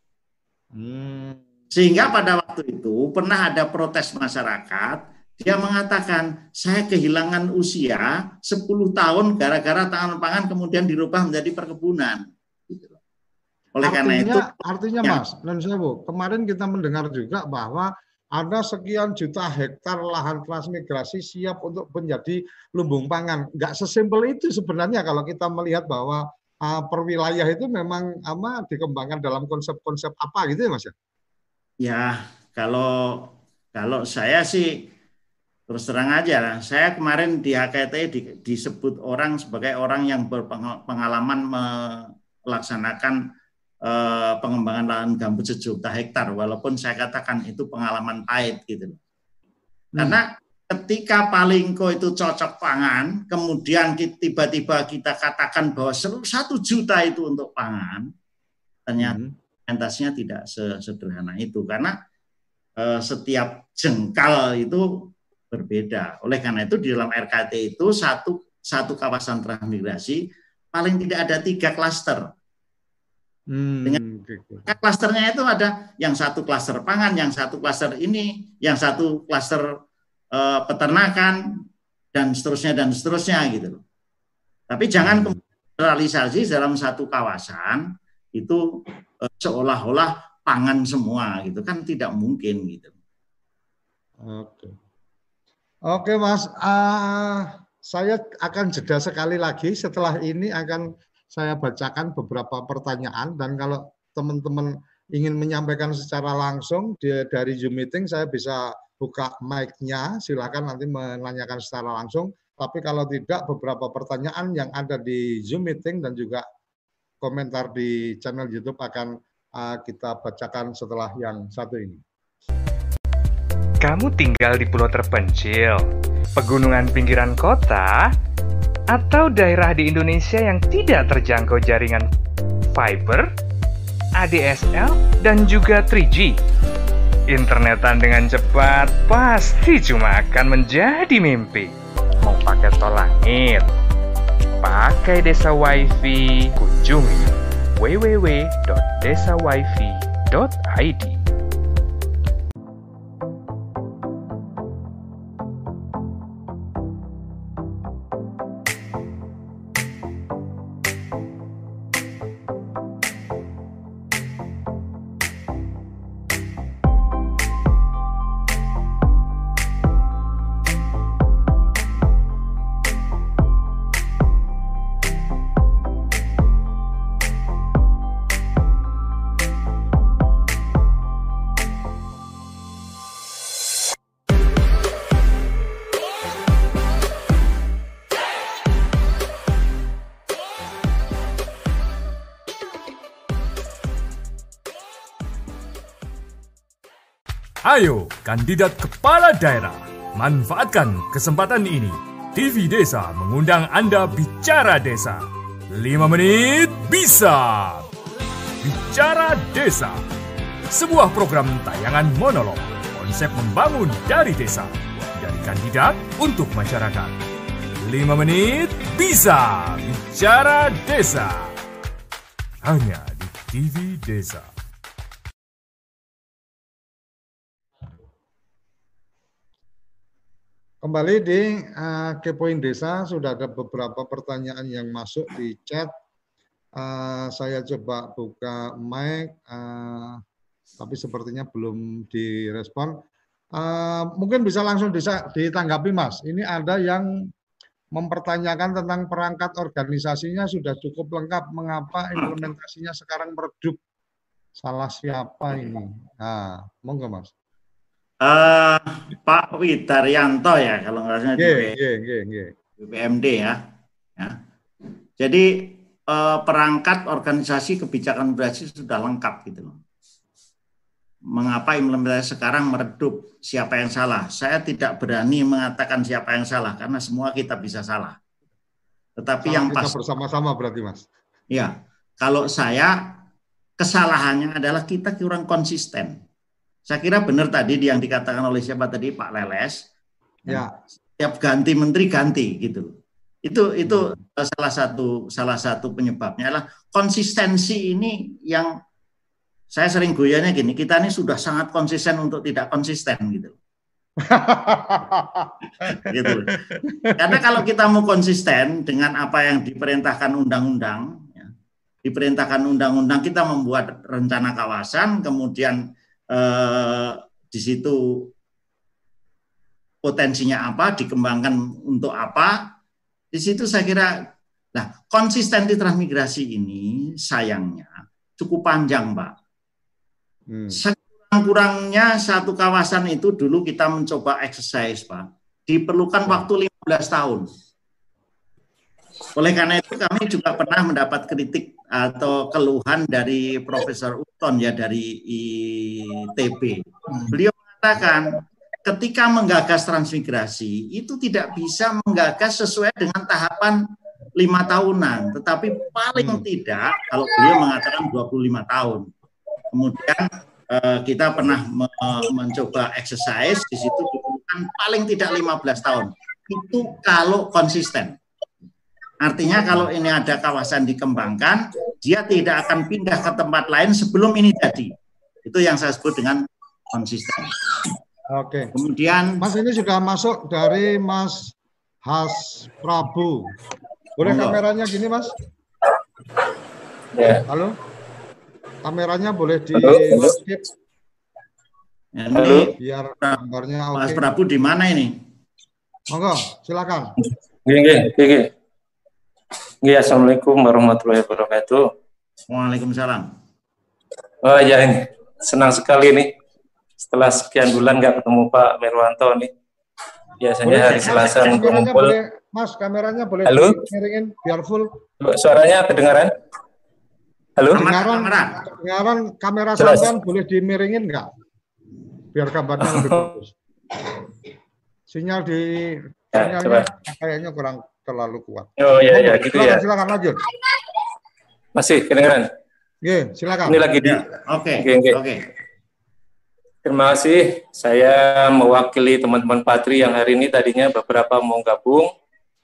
Sehingga pada waktu itu pernah ada protes masyarakat. Dia mengatakan, saya kehilangan usia 10 tahun gara-gara tanaman pangan kemudian dirubah menjadi perkebunan. Oleh karena itu, artinya Mas, kemarin kita mendengar juga bahwa ada sekian juta hektar lahan transmigrasi siap untuk menjadi lumbung pangan. Nggak sesimpel itu sebenarnya kalau kita melihat bahwa per wilayah itu memang dikembangkan dalam konsep-konsep apa gitu ya Mas ya? Ya, kalau saya sih terus terang aja, saya kemarin di HKTI disebut orang sebagai orang yang berpengalaman melaksanakan pengembangan lahan gambut sejuta hektar, walaupun saya katakan itu pengalaman pahit gitu. Karena ketika Palingko itu cocok pangan, kemudian tiba-tiba kita katakan bahwa 1 juta itu untuk pangan, ternyata implementasinya tidak sesederhana itu, karena setiap jengkal itu berbeda. Oleh karena itu di dalam RKT itu satu kawasan transmigrasi paling tidak ada 3 klaster. Dengan klasternya itu ada yang 1 klaster pangan, yang 1 klaster ini, yang 1 klaster peternakan, dan seterusnya gitu. Tapi jangan generalisasi dalam satu kawasan itu seolah-olah pangan semua gitu, kan tidak mungkin gitu. Oke Mas, saya akan jeda sekali lagi. Setelah ini akan saya bacakan beberapa pertanyaan, dan kalau teman-teman ingin menyampaikan secara langsung dari Zoom meeting, saya bisa buka mic-nya, silakan nanti menanyakan secara langsung. Tapi kalau tidak, beberapa pertanyaan yang ada di Zoom meeting dan juga komentar di channel YouTube akan kita bacakan setelah yang satu ini. Kamu tinggal di pulau terpencil, pegunungan pinggiran kota, atau daerah di Indonesia yang tidak terjangkau jaringan fiber, ADSL, dan juga 3G. Internetan dengan cepat pasti cuma akan menjadi mimpi. Mau pakai tol langit, pakai Desa Wifi, kunjungi www.desawifi.id. Ayo, kandidat kepala daerah, manfaatkan kesempatan ini. TV Desa mengundang Anda bicara desa. 5 menit bisa. Bicara Desa, sebuah program tayangan monolog, konsep membangun dari desa, dari kandidat untuk masyarakat. 5 menit bisa. Bicara Desa, hanya di TV Desa. Kembali di Kepoin Desa, sudah ada beberapa pertanyaan yang masuk di chat. Saya coba buka mic, tapi sepertinya belum direspon. Mungkin bisa langsung ditanggapi, Mas. Ini ada yang mempertanyakan tentang perangkat organisasinya sudah cukup lengkap, mengapa implementasinya sekarang meredup? Salah siapa ini? Nah, monggo Mas. Pak Widaryanto ya, kalau nggak salah BPMD ya. Jadi perangkat organisasi kebijakan migrasi sudah lengkap gitu loh. Mengapa implementasi sekarang meredup? Siapa yang salah? Saya tidak berani mengatakan siapa yang salah karena semua kita bisa salah. Tetapi salah yang kita pasti bersama-sama berarti Mas. Ya, kalau saya kesalahannya adalah kita kurang konsisten. Saya kira benar tadi yang dikatakan oleh siapa tadi, Pak Leles. Ya. Setiap ganti menteri ganti gitu. Itu salah satu penyebabnya adalah konsistensi ini yang saya sering goyahnya gini. Kita ini sudah sangat konsisten untuk tidak konsisten gitu. Gitu. Karena kalau kita mau konsisten dengan apa yang diperintahkan undang-undang, ya, diperintahkan undang-undang kita membuat rencana kawasan, kemudian di situ potensinya apa, dikembangkan untuk apa, di situ saya kira, nah konsistensi transmigrasi ini sayangnya cukup panjang Pak. Sekurang-kurangnya satu kawasan itu dulu kita mencoba exercise Pak, diperlukan waktu 15 tahun. Oleh karena itu kami juga pernah mendapat kritik atau keluhan dari Profesor Uton ya dari ITB. Beliau mengatakan ketika menggagas transmigrasi itu tidak bisa menggagas sesuai dengan tahapan 5 tahunan, tetapi paling tidak kalau beliau mengatakan 25 tahun. Kemudian kita pernah mencoba exercise di situ diperlukan paling tidak 15 tahun. Itu kalau konsisten. Artinya kalau ini ada kawasan dikembangkan, dia tidak akan pindah ke tempat lain sebelum ini jadi. Itu yang saya sebut dengan konsisten. Oke. Kemudian Mas, ini sudah masuk dari Mas Has Prabu. Boleh kameranya gini, Mas? Ya. Halo? Kameranya boleh di skip ini biar gambarnya oke. Mas Prabu di mana ini? Monggo, silakan. Gini. Assalamualaikum warahmatullahi wabarakatuh. Waalaikumsalam. Oh ya, ini senang sekali nih. Setelah sekian bulan nggak ketemu Pak Mirwanto nih. Biasanya hari Selasa ngumpul. Mas, kameranya boleh miringin biar full. Suaranya kedengaran? Halo? Kedengaran kamera sampean boleh dimiringin nggak? Biar gambarnya lebih bagus. Sinyalnya kayaknya kurang terlalu kuat. Oh iya gitu ya. Silakan lanjut. Masih kedengaran? Iya, silakan. Ini lagi di. Oke. Terima kasih. Saya mewakili teman-teman Patri yang hari ini tadinya beberapa mau gabung.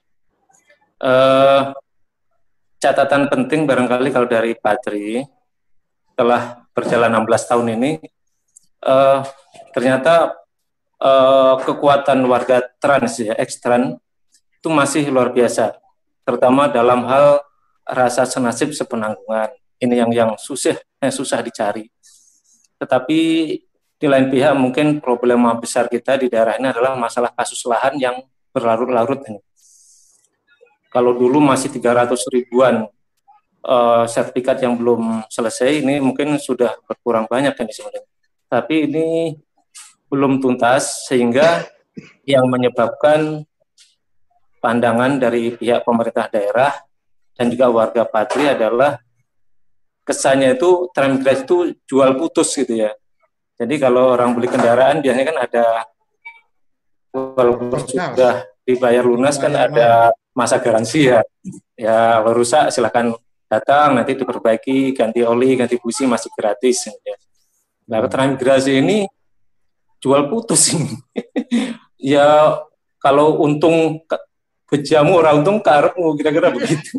Catatan penting barangkali kalau dari Patri setelah berjalan 16 tahun ini ternyata kekuatan warga trans ya, ex-trans itu masih luar biasa, terutama dalam hal rasa senasib sepenanggungan. Ini yang susah dicari. Tetapi di lain pihak mungkin problema besar kita di daerah ini adalah masalah kasus lahan yang berlarut-larut ini. Kalau dulu masih 300 ribuan sertifikat yang belum selesai, ini mungkin sudah berkurang banyak kan sebenarnya. Tapi ini belum tuntas, sehingga yang menyebabkan pandangan dari pihak pemerintah daerah dan juga warga Patri adalah kesannya itu transmigrasi itu jual putus gitu ya. Jadi kalau orang beli kendaraan biasanya kan ada walaupun sudah dibayar lunas kan ada masa garansi ya. Ya rusak silahkan datang nanti diperbaiki, ganti oli, ganti busi masih gratis ya. Nah, transmigrasi ini jual putus ini. Ya kalau untung bejamu orang untung karepmu kira-kira begitu.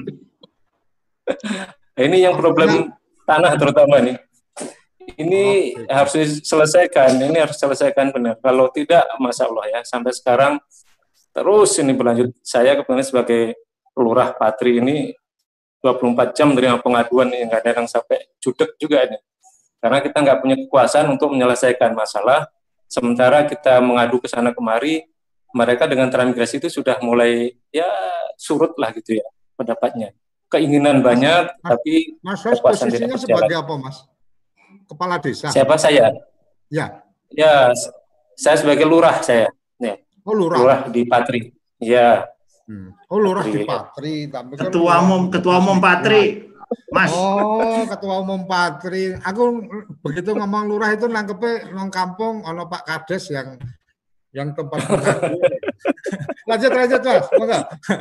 Ini yang problem tanah terutama nih. Ini harus diselesaikan, benar. Kalau tidak, Masya Allah ya, sampai sekarang terus ini berlanjut. Saya kebetulan sebagai lurah Patri ini 24 jam menerima pengaduan nih, kadang sampai judek juga ini. Karena kita nggak punya kekuasaan untuk menyelesaikan masalah, sementara kita mengadu ke sana kemari, mereka dengan transmigrasi itu sudah mulai ya surut lah gitu ya pendapatnya. Keinginan banyak, tapi Mas posisinya sebagai apa, Mas? Kepala desa. Siapa saya? Ya. Ya, saya sebagai lurah saya. Ya. Oh, lurah. Lurah di Patri. Ya. Oh, lurah di Patri. Tapi ketua umum Patri, Mas. Oh, ketua umum Patri. Aku begitu ngomong lurah itu nangkepe nang kampung ono Pak Kades yang tempat lanjut Mas. Monggo.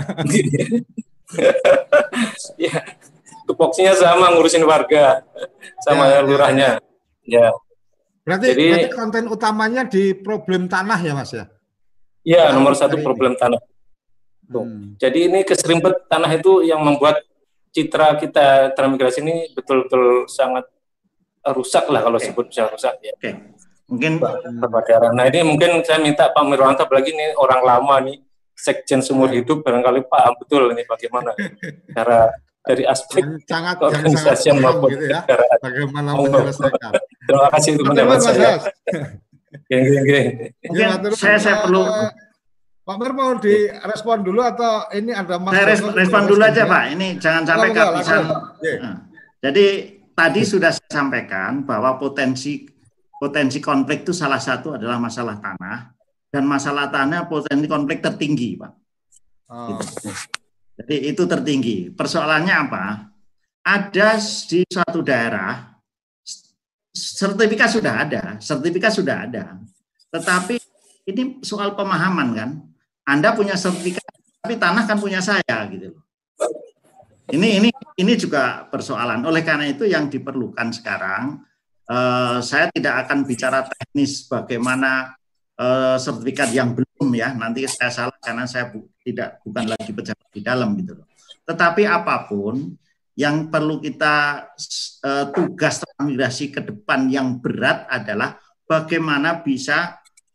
Ya, tupoksinya sama ngurusin warga sama lurahnya. Ya. Berarti konten utamanya di problem tanah ya, Mas ya? Iya, nomor satu problem tanah. Jadi ini keserimpet tanah itu yang membuat citra kita transmigrasi ini betul-betul sangat rusak lah kalau sebut bisa rusak ya. Mungkin nah ini mungkin saya minta Pak Mirwanto, apalagi ini orang lama nih, sekjen seumur hidup, barangkali paham betul ini bagaimana cara dari aspek organisasi maupun gitu ya, bagaimana menyelesaikan. Terima kasih teman-teman saya. Mungkin saya perlu Pak Mir mau direspon dulu atau ini ada Mas? Saya respon dulu aja Pak. Ini jangan sampai kehabisan. Jadi tadi sudah saya sampaikan bahwa potensi konflik itu salah satu adalah masalah tanah. Dan masalah tanah potensi konflik tertinggi, Pak. Gitu. Jadi itu tertinggi. Persoalannya apa? Ada di suatu daerah sertifikat sudah ada, tetapi ini soal pemahaman kan. Anda punya sertifikat, tapi tanah kan punya saya gitu loh. Ini juga persoalan. Oleh karena itu yang diperlukan sekarang, saya tidak akan bicara teknis bagaimana sertifikat yang belum ya. Nanti saya salah karena saya bukan lagi pejabat di dalam gitu loh. Tetapi apapun yang perlu kita tugas transmigrasi ke depan yang berat adalah bagaimana bisa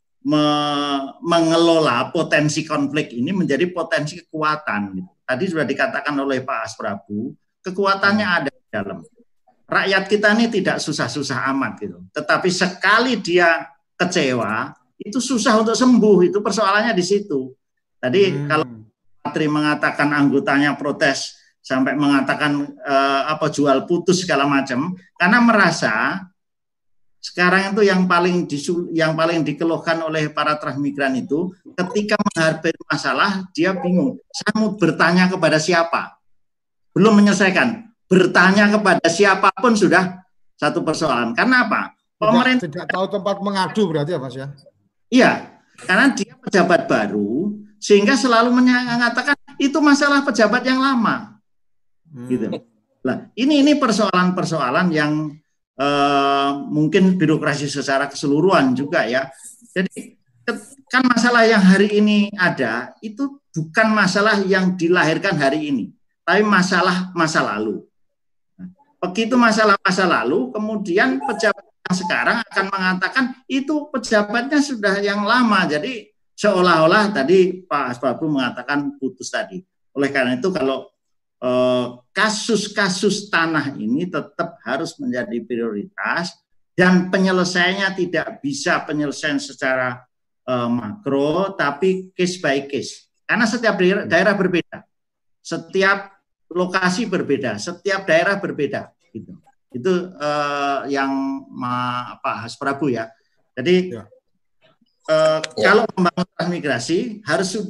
mengelola potensi konflik ini menjadi potensi kekuatan. Tadi sudah dikatakan oleh Pak Asprabu, kekuatannya ada di dalam. Rakyat kita ini tidak susah-susah amat gitu. Tetapi sekali dia kecewa, itu susah untuk sembuh. Itu persoalannya di situ. Tadi kalau Patri mengatakan anggotanya protes sampai mengatakan jual putus segala macam, karena merasa sekarang itu yang paling dikeluhkan oleh para transmigran itu ketika menghadapi masalah dia bingung. Saya mau bertanya kepada siapa? Belum menyelesaikan. Bertanya kepada siapapun sudah satu persoalan. Karena apa? Pemerintah tidak tahu tempat mengadu berarti ya Mas ya? Iya, karena dia pejabat baru sehingga selalu mengatakan itu masalah pejabat yang lama. Gitu. Nah, ini persoalan-persoalan yang mungkin birokrasi secara keseluruhan juga ya. Jadi kan masalah yang hari ini ada itu bukan masalah yang dilahirkan hari ini, tapi masalah masa lalu. Begitu masalah masa lalu, kemudian pejabat yang sekarang akan mengatakan itu pejabatnya sudah yang lama. Jadi seolah-olah tadi Pak Asbabu mengatakan putus tadi. Oleh karena itu kalau kasus-kasus tanah ini tetap harus menjadi prioritas dan penyelesaiannya tidak bisa penyelesaian secara makro, tapi case by case. Karena setiap daerah berbeda, setiap lokasi berbeda, setiap daerah berbeda. Gitu. Itu yang Pak Asprabu ya. Jadi kalau membangun transmigrasi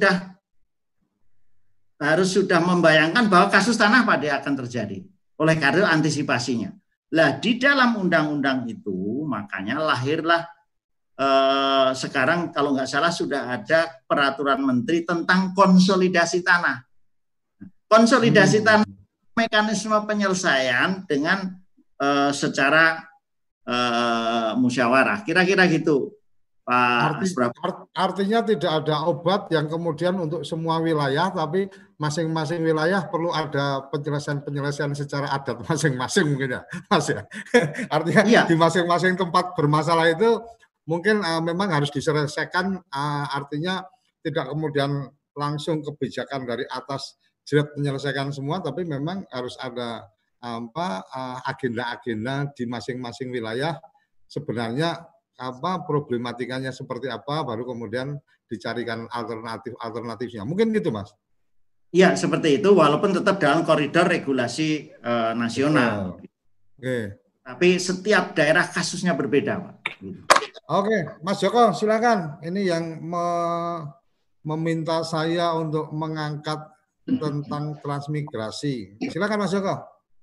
harus sudah membayangkan bahwa kasus tanah pada akan terjadi. Oleh karena antisipasinya. Lah di dalam undang-undang itu makanya lahirlah sekarang kalau nggak salah sudah ada peraturan menteri tentang konsolidasi tanah. Konsolidasi tanah mekanisme penyelesaian dengan secara musyawarah. Kira-kira gitu. Artinya tidak ada obat yang kemudian untuk semua wilayah, tapi masing-masing wilayah perlu ada penyelesaian secara adat masing-masing mungkin ya, Mas ya. Artinya di masing-masing tempat bermasalah itu mungkin memang harus diselesaikan. Artinya tidak kemudian langsung kebijakan dari atas jerat menyelesaikan semua, tapi memang harus ada agenda-agenda di masing-masing wilayah sebenarnya problematikanya seperti apa, baru kemudian dicarikan alternatifnya. Mungkin gitu, Mas? Iya, seperti itu, walaupun tetap dalam koridor regulasi nasional. Oke. Tapi setiap daerah kasusnya berbeda, Pak. Oke, Mas Joko, silakan. Ini yang meminta saya untuk mengangkat tentang transmigrasi. Silakan, Mas Joko.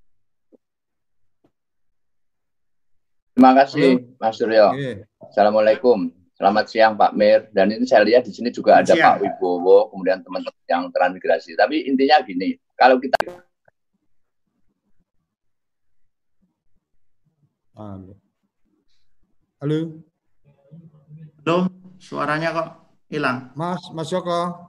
Terima kasih, Mas Suryo. Assalamualaikum. Selamat siang, Pak Mir. Dan ini saya lihat di sini juga ada Pak Wibowo, kemudian teman-teman yang transmigrasi. Tapi intinya gini, kalau kita Halo, suaranya kok hilang. Mas Joko.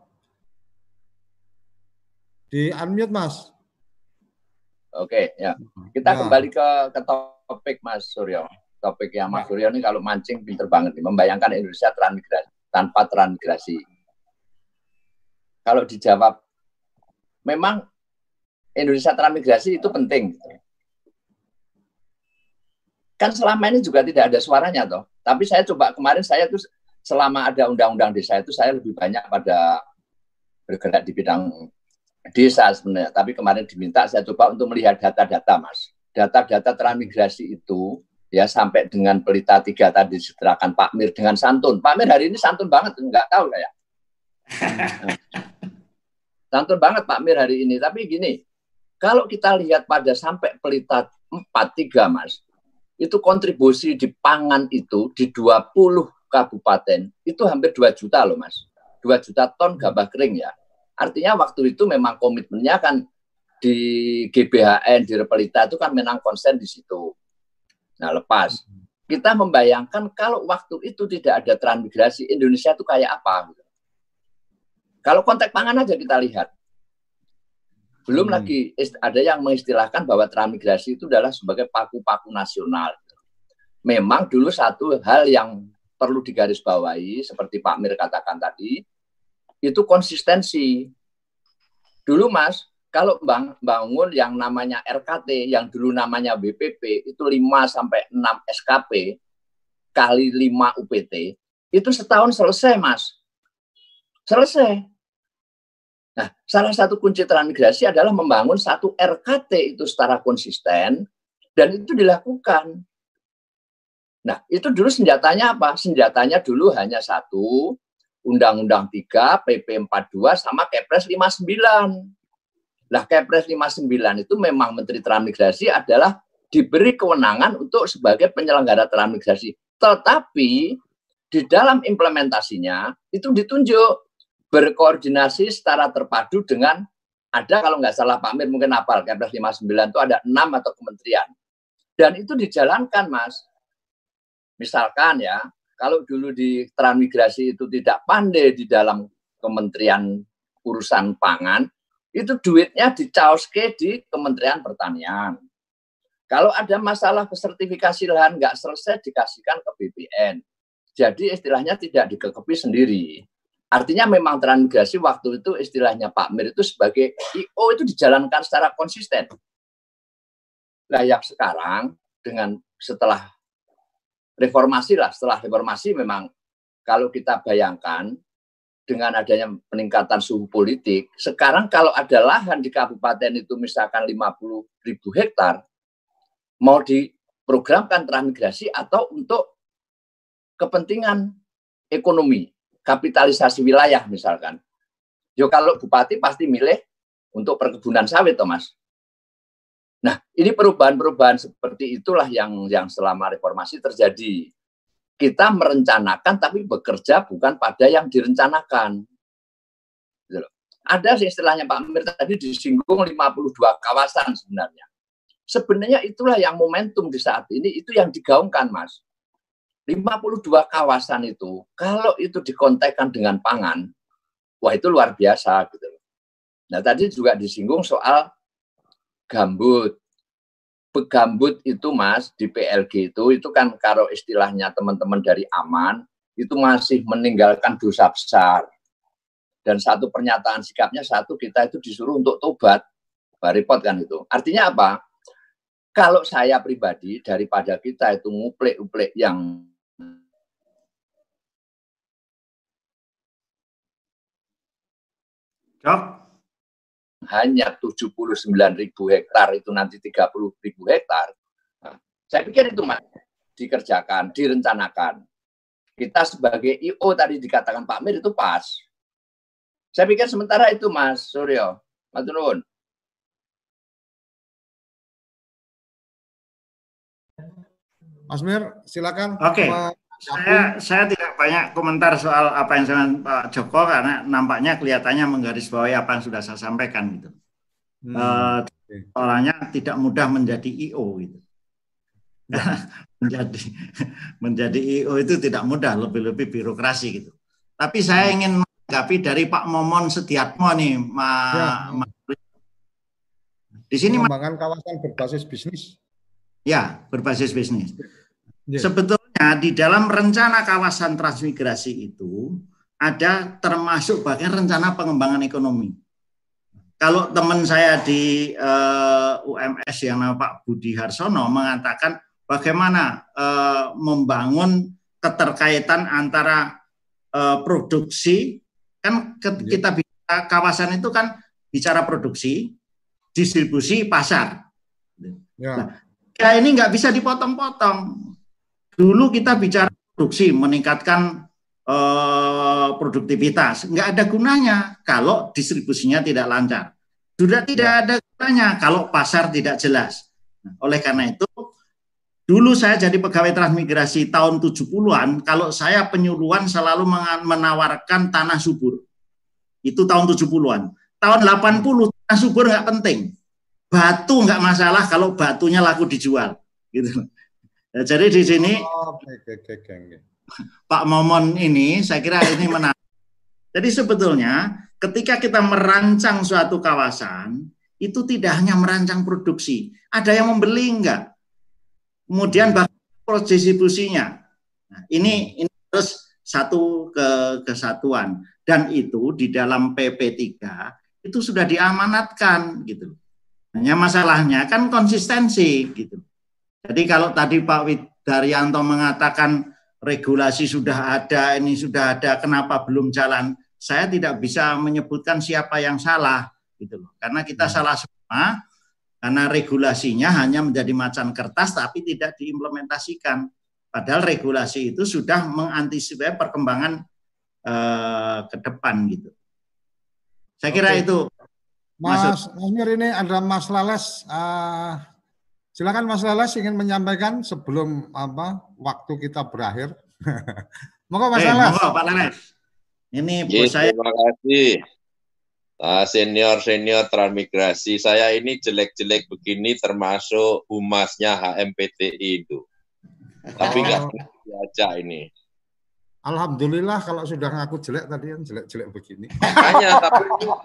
Di unmute, Mas. Oke, ya. Kita kembali ke topik Mas Suryo. Topik yang Mas Suryo ini kalau mancing pinter banget nih, membayangkan Indonesia transmigrasi tanpa transmigrasi. Kalau dijawab, memang Indonesia transmigrasi itu penting. Kan selama ini juga tidak ada suaranya toh. Tapi saya coba kemarin saya tuh selama ada undang-undang desa itu saya lebih banyak pada bergerak di bidang desa sebenarnya. Tapi kemarin diminta saya coba untuk melihat data-data, Mas. Data-data transmigrasi itu ya sampai dengan Pelita 3 tadi disederhanakan Pak Mir dengan santun. Pak Mir hari ini santun banget, enggak tahu kayak. Santun banget Pak Mir hari ini. Tapi gini, kalau kita lihat pada sampai Pelita 4, 3 Mas, itu kontribusi di pangan itu di 20 kabupaten itu hampir 2 juta loh Mas. 2 juta ton gabah kering ya. Artinya waktu itu memang komitmennya kan di GBHN, di Repelita itu kan memang konsen di situ. Nah lepas, kita membayangkan kalau waktu itu tidak ada transmigrasi, Indonesia itu kayak apa? Kalau konteks pangan aja kita lihat. Belum lagi ada yang mengistilahkan bahwa transmigrasi itu adalah sebagai paku-paku nasional. Memang dulu satu hal yang perlu digarisbawahi, seperti Pak Mir katakan tadi, itu konsistensi. Dulu Mas, kalau bangun yang namanya RKT, yang dulu namanya BPP, itu 5-6 SKP, kali 5 UPT, itu setahun selesai Mas. Selesai. Nah, salah satu kunci transmigrasi adalah membangun satu RKT itu secara konsisten, dan itu dilakukan. Nah, itu dulu senjatanya apa? Senjatanya dulu hanya satu, Undang-Undang 3, PP 42, sama Kepres 59. Nah, Kepres 59 itu memang Menteri Transmigrasi adalah diberi kewenangan untuk sebagai penyelenggara transmigrasi. Tetapi di dalam implementasinya itu ditunjuk berkoordinasi secara terpadu dengan ada, kalau nggak salah Pak Mir mungkin hafal, Kepres 59 itu ada 6 atau kementerian. Dan itu dijalankan Mas. Misalkan ya, kalau dulu di transmigrasi itu tidak pandai di dalam kementerian urusan pangan, itu duitnya dicaoske di Kementerian Pertanian. Kalau ada masalah sertifikasi lahan nggak selesai, dikasihkan ke BPN. Jadi istilahnya tidak dikekepi sendiri. Artinya memang transmigrasi waktu itu istilahnya Pak Mir itu sebagai IO itu dijalankan secara konsisten. Nah yang sekarang dengan setelah reformasi memang kalau kita bayangkan dengan adanya peningkatan suhu politik, sekarang kalau ada lahan di kabupaten itu misalkan 50.000 hektar, mau diprogramkan transmigrasi atau untuk kepentingan ekonomi, kapitalisasi wilayah misalkan. Yo kalau bupati pasti milih untuk perkebunan sawit, Mas. Nah, ini perubahan-perubahan seperti itulah yang selama reformasi terjadi. Kita merencanakan tapi bekerja bukan pada yang direncanakan. Ada istilahnya Pak Mir tadi disinggung 52 kawasan sebenarnya. Sebenarnya itulah yang momentum di saat ini, itu yang digaungkan, Mas. 52 kawasan itu, kalau itu dikontekkan dengan pangan, wah itu luar biasa. Gitu. Nah tadi juga disinggung soal gambut. Begambut itu Mas, di PLG itu kan kalau istilahnya teman-teman dari Aman, itu masih meninggalkan dosa besar. Dan satu pernyataan sikapnya, satu kita itu disuruh untuk tobat. Repot kan itu. Artinya apa? Kalau saya pribadi, daripada kita itu nguplek-uplek yang hanya 79.000 hektar itu nanti 30.000 hektar. Nah, saya pikir itu Mas dikerjakan, direncanakan. Kita sebagai IO tadi dikatakan Pak Mir itu pas. Saya pikir sementara itu Mas Suryo, Mas Turun. Mas Mir, silakan. Oke. Saya tidak banyak komentar soal apa yang disampaikan Pak Joko karena nampaknya kelihatannya menggarisbawahi apa yang sudah saya sampaikan gitu. Soalnya tidak mudah menjadi IO gitu. menjadi IO itu tidak mudah, lebih-lebih birokrasi gitu. Tapi saya ingin menanggapi dari Pak Momon Setiatmo nih, di sini pengembangan kawasan berbasis bisnis. Ya, berbasis bisnis. Sebetulnya di dalam rencana kawasan transmigrasi itu ada termasuk bagian rencana pengembangan ekonomi. Kalau teman saya di UMS yang nama Pak Budi Harsono mengatakan bagaimana membangun keterkaitan antara produksi, kan kita bicara kawasan itu kan bicara produksi, distribusi, pasar. Nah, ya ini nggak bisa dipotong-potong. Dulu kita bicara produksi, meningkatkan produktivitas. Nggak ada gunanya kalau distribusinya tidak lancar. Sudah tidak ada gunanya kalau pasar tidak jelas. Oleh karena itu, Dulu saya jadi pegawai transmigrasi tahun 70-an, kalau saya penyuluhan selalu menawarkan tanah subur. Itu tahun 70-an. Tahun 80 tanah subur nggak penting. Batu nggak masalah kalau batunya laku dijual. Gitu. Ya, jadi di sini Pak Momon ini saya kira ini menarik. Jadi sebetulnya ketika kita merancang suatu kawasan, itu tidak hanya merancang produksi. Ada yang membeli enggak? Kemudian bahkan proses distribusinya. Nah, ini terus satu kesatuan, dan itu di dalam PP 3 itu sudah diamanatkan gitu. Hanya masalahnya kan konsistensi gitu. Jadi kalau tadi Pak Widaryanto mengatakan regulasi sudah ada, ini sudah ada, kenapa belum jalan? Saya tidak bisa menyebutkan siapa yang salah gitu loh. Karena kita salah semua. Karena regulasinya hanya menjadi macan kertas tapi tidak diimplementasikan. Padahal regulasi itu sudah mengantisipasi perkembangan ke depan gitu. Saya kira itu. Mas Mir, ini ada Mas Lales. Silakan Mas Lales ingin menyampaikan sebelum waktu kita berakhir. Monggo Mas Lales. Monggo Pak Lales. Ini bos saya. Terima kasih. Senior transmigrasi, saya ini jelek-jelek begini termasuk humasnya HMPTI itu. Tapi nggak diajak ini. Alhamdulillah kalau sudah ngaku jelek tadi yang jelek-jelek begini. Makanya tapi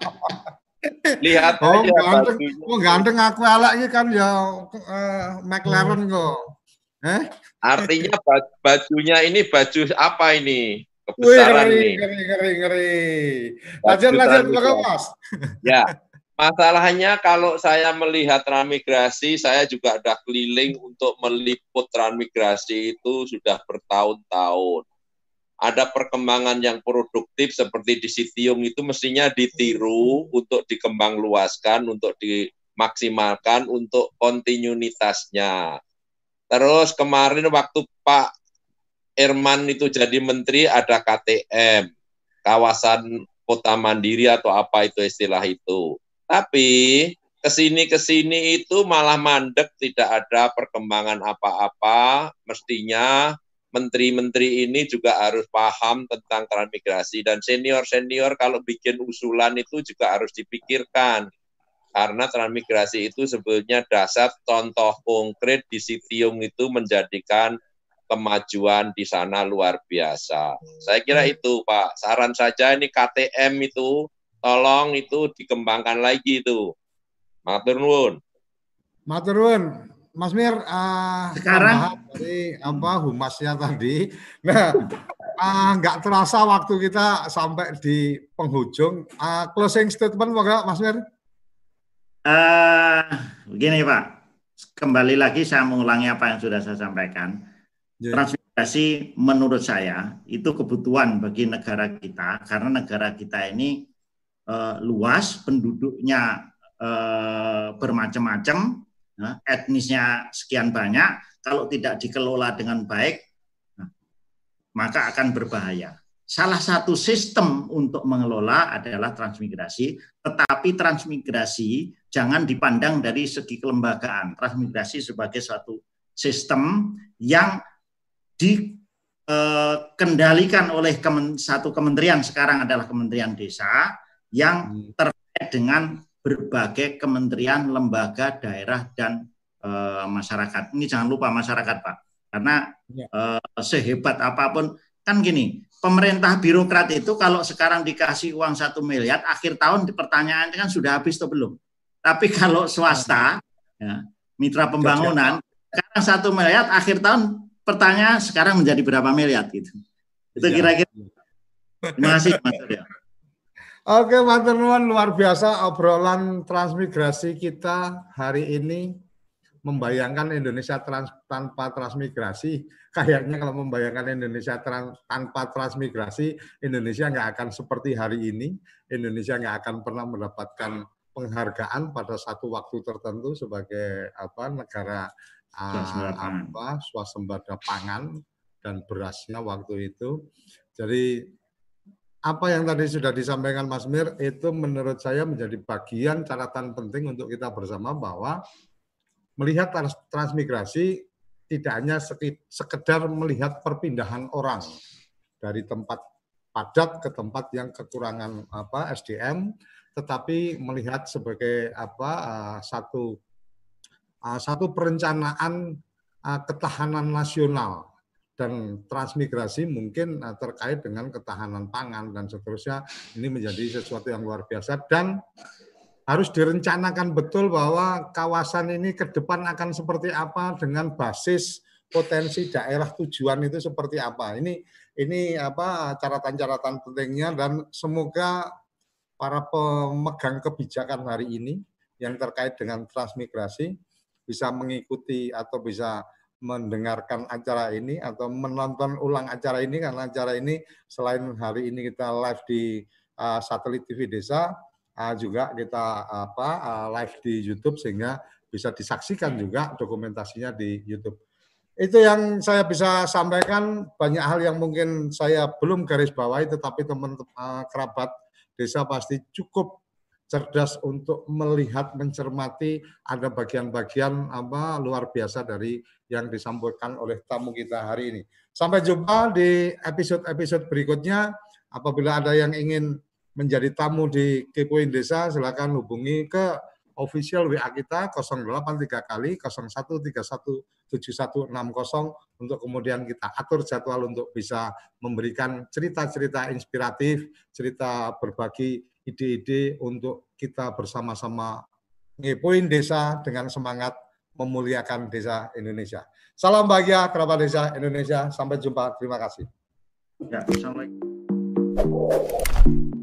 lihat aja ganteng aku elek ini kan ya McLaren kok. Artinya bajunya ini baju apa ini? Kebesaran nih. Ngeri. Lanjut Mas. Ya, masalahnya kalau saya melihat transmigrasi, saya juga sudah keliling untuk meliput transmigrasi itu sudah bertahun-tahun. Ada perkembangan yang produktif seperti di Sitium itu mestinya ditiru untuk dikembang luaskan, untuk dimaksimalkan untuk kontinuitasnya. Terus kemarin waktu Pak Irman itu jadi menteri ada KTM, kawasan kota mandiri atau apa itu istilah itu. Tapi kesini itu malah mandek, tidak ada perkembangan apa-apa. Mestinya menteri-menteri ini juga harus paham tentang transmigrasi, dan senior-senior kalau bikin usulan itu juga harus dipikirkan. Karena transmigrasi itu sebetulnya dasar contoh konkret di Sitium itu menjadikan kemajuan di sana luar biasa. Saya kira itu Pak, saran saja ini KTM itu tolong itu dikembangkan lagi itu. Matur nuwun. Matur nuwun. Mas Mir, sekarang dari humasnya tadi. Nah, nggak terasa waktu kita sampai di penghujung. Closing statement moga Mas Mir. Begini Pak, kembali lagi saya mengulangi apa yang sudah saya sampaikan. Transmigrasi menurut saya itu kebutuhan bagi negara kita, karena negara kita ini luas, penduduknya bermacam-macam, etnisnya sekian banyak. Kalau tidak dikelola dengan baik, maka akan berbahaya. Salah satu sistem untuk mengelola adalah transmigrasi, tetapi transmigrasi jangan dipandang dari segi kelembagaan. Transmigrasi sebagai suatu sistem yang dikendalikan oleh satu kementerian, sekarang adalah Kementerian Desa, yang terkait dengan berbagai kementerian, lembaga, daerah, dan masyarakat. Ini jangan lupa masyarakat Pak, karena sehebat apapun, kan gini, pemerintah birokrat itu kalau sekarang dikasih uang 1 miliar, akhir tahun pertanyaannya kan sudah habis atau belum. Tapi kalau swasta, ya, mitra pembangunan, sekarang 1 miliar, akhir tahun pertanyaan sekarang menjadi berapa miliar gitu. Itu kira-kira. Terima kasih Mas Surya. Oke, matur nuwun, luar biasa obrolan transmigrasi kita hari ini. Membayangkan Indonesia tanpa transmigrasi, kayaknya kalau membayangkan Indonesia tanpa transmigrasi, Indonesia nggak akan seperti hari ini. Indonesia nggak akan pernah mendapatkan penghargaan pada satu waktu tertentu sebagai negara swasembada pangan dan berasnya waktu itu. Jadi apa yang tadi sudah disampaikan Mas Mir itu menurut saya menjadi bagian catatan penting untuk kita bersama, bahwa melihat transmigrasi tidak hanya sekedar melihat perpindahan orang dari tempat padat ke tempat yang kekurangan SDM, tetapi melihat sebagai satu perencanaan ketahanan nasional dan transmigrasi mungkin terkait dengan ketahanan pangan dan seterusnya. Ini menjadi sesuatu yang luar biasa dan harus direncanakan betul bahwa kawasan ini ke depan akan seperti apa dengan basis potensi daerah tujuan itu seperti apa. Ini catatan-catatan pentingnya dan semoga para pemegang kebijakan hari ini yang terkait dengan transmigrasi bisa mengikuti atau bisa mendengarkan acara ini atau menonton ulang acara ini, karena acara ini selain hari ini kita live di satelit TV Desa, juga kita live di YouTube sehingga bisa disaksikan juga dokumentasinya di YouTube. Itu yang saya bisa sampaikan. Banyak hal yang mungkin saya belum garis bawahi, tetapi teman-teman kerabat desa pasti cukup cerdas untuk melihat, mencermati ada bagian-bagian luar biasa dari yang disampaikan oleh tamu kita hari ini. Sampai jumpa di episode-episode berikutnya. Apabila ada yang ingin menjadi tamu di Kepoin Desa, silakan hubungi ke official WA kita 083 kali 01317160 untuk kemudian kita atur jadwal untuk bisa memberikan cerita-cerita inspiratif, cerita berbagi ide-ide untuk kita bersama-sama ngepoin desa dengan semangat memuliakan desa Indonesia. Salam bahagia kerabat desa Indonesia. Sampai jumpa. Terima kasih. Ya, assalamualaikum.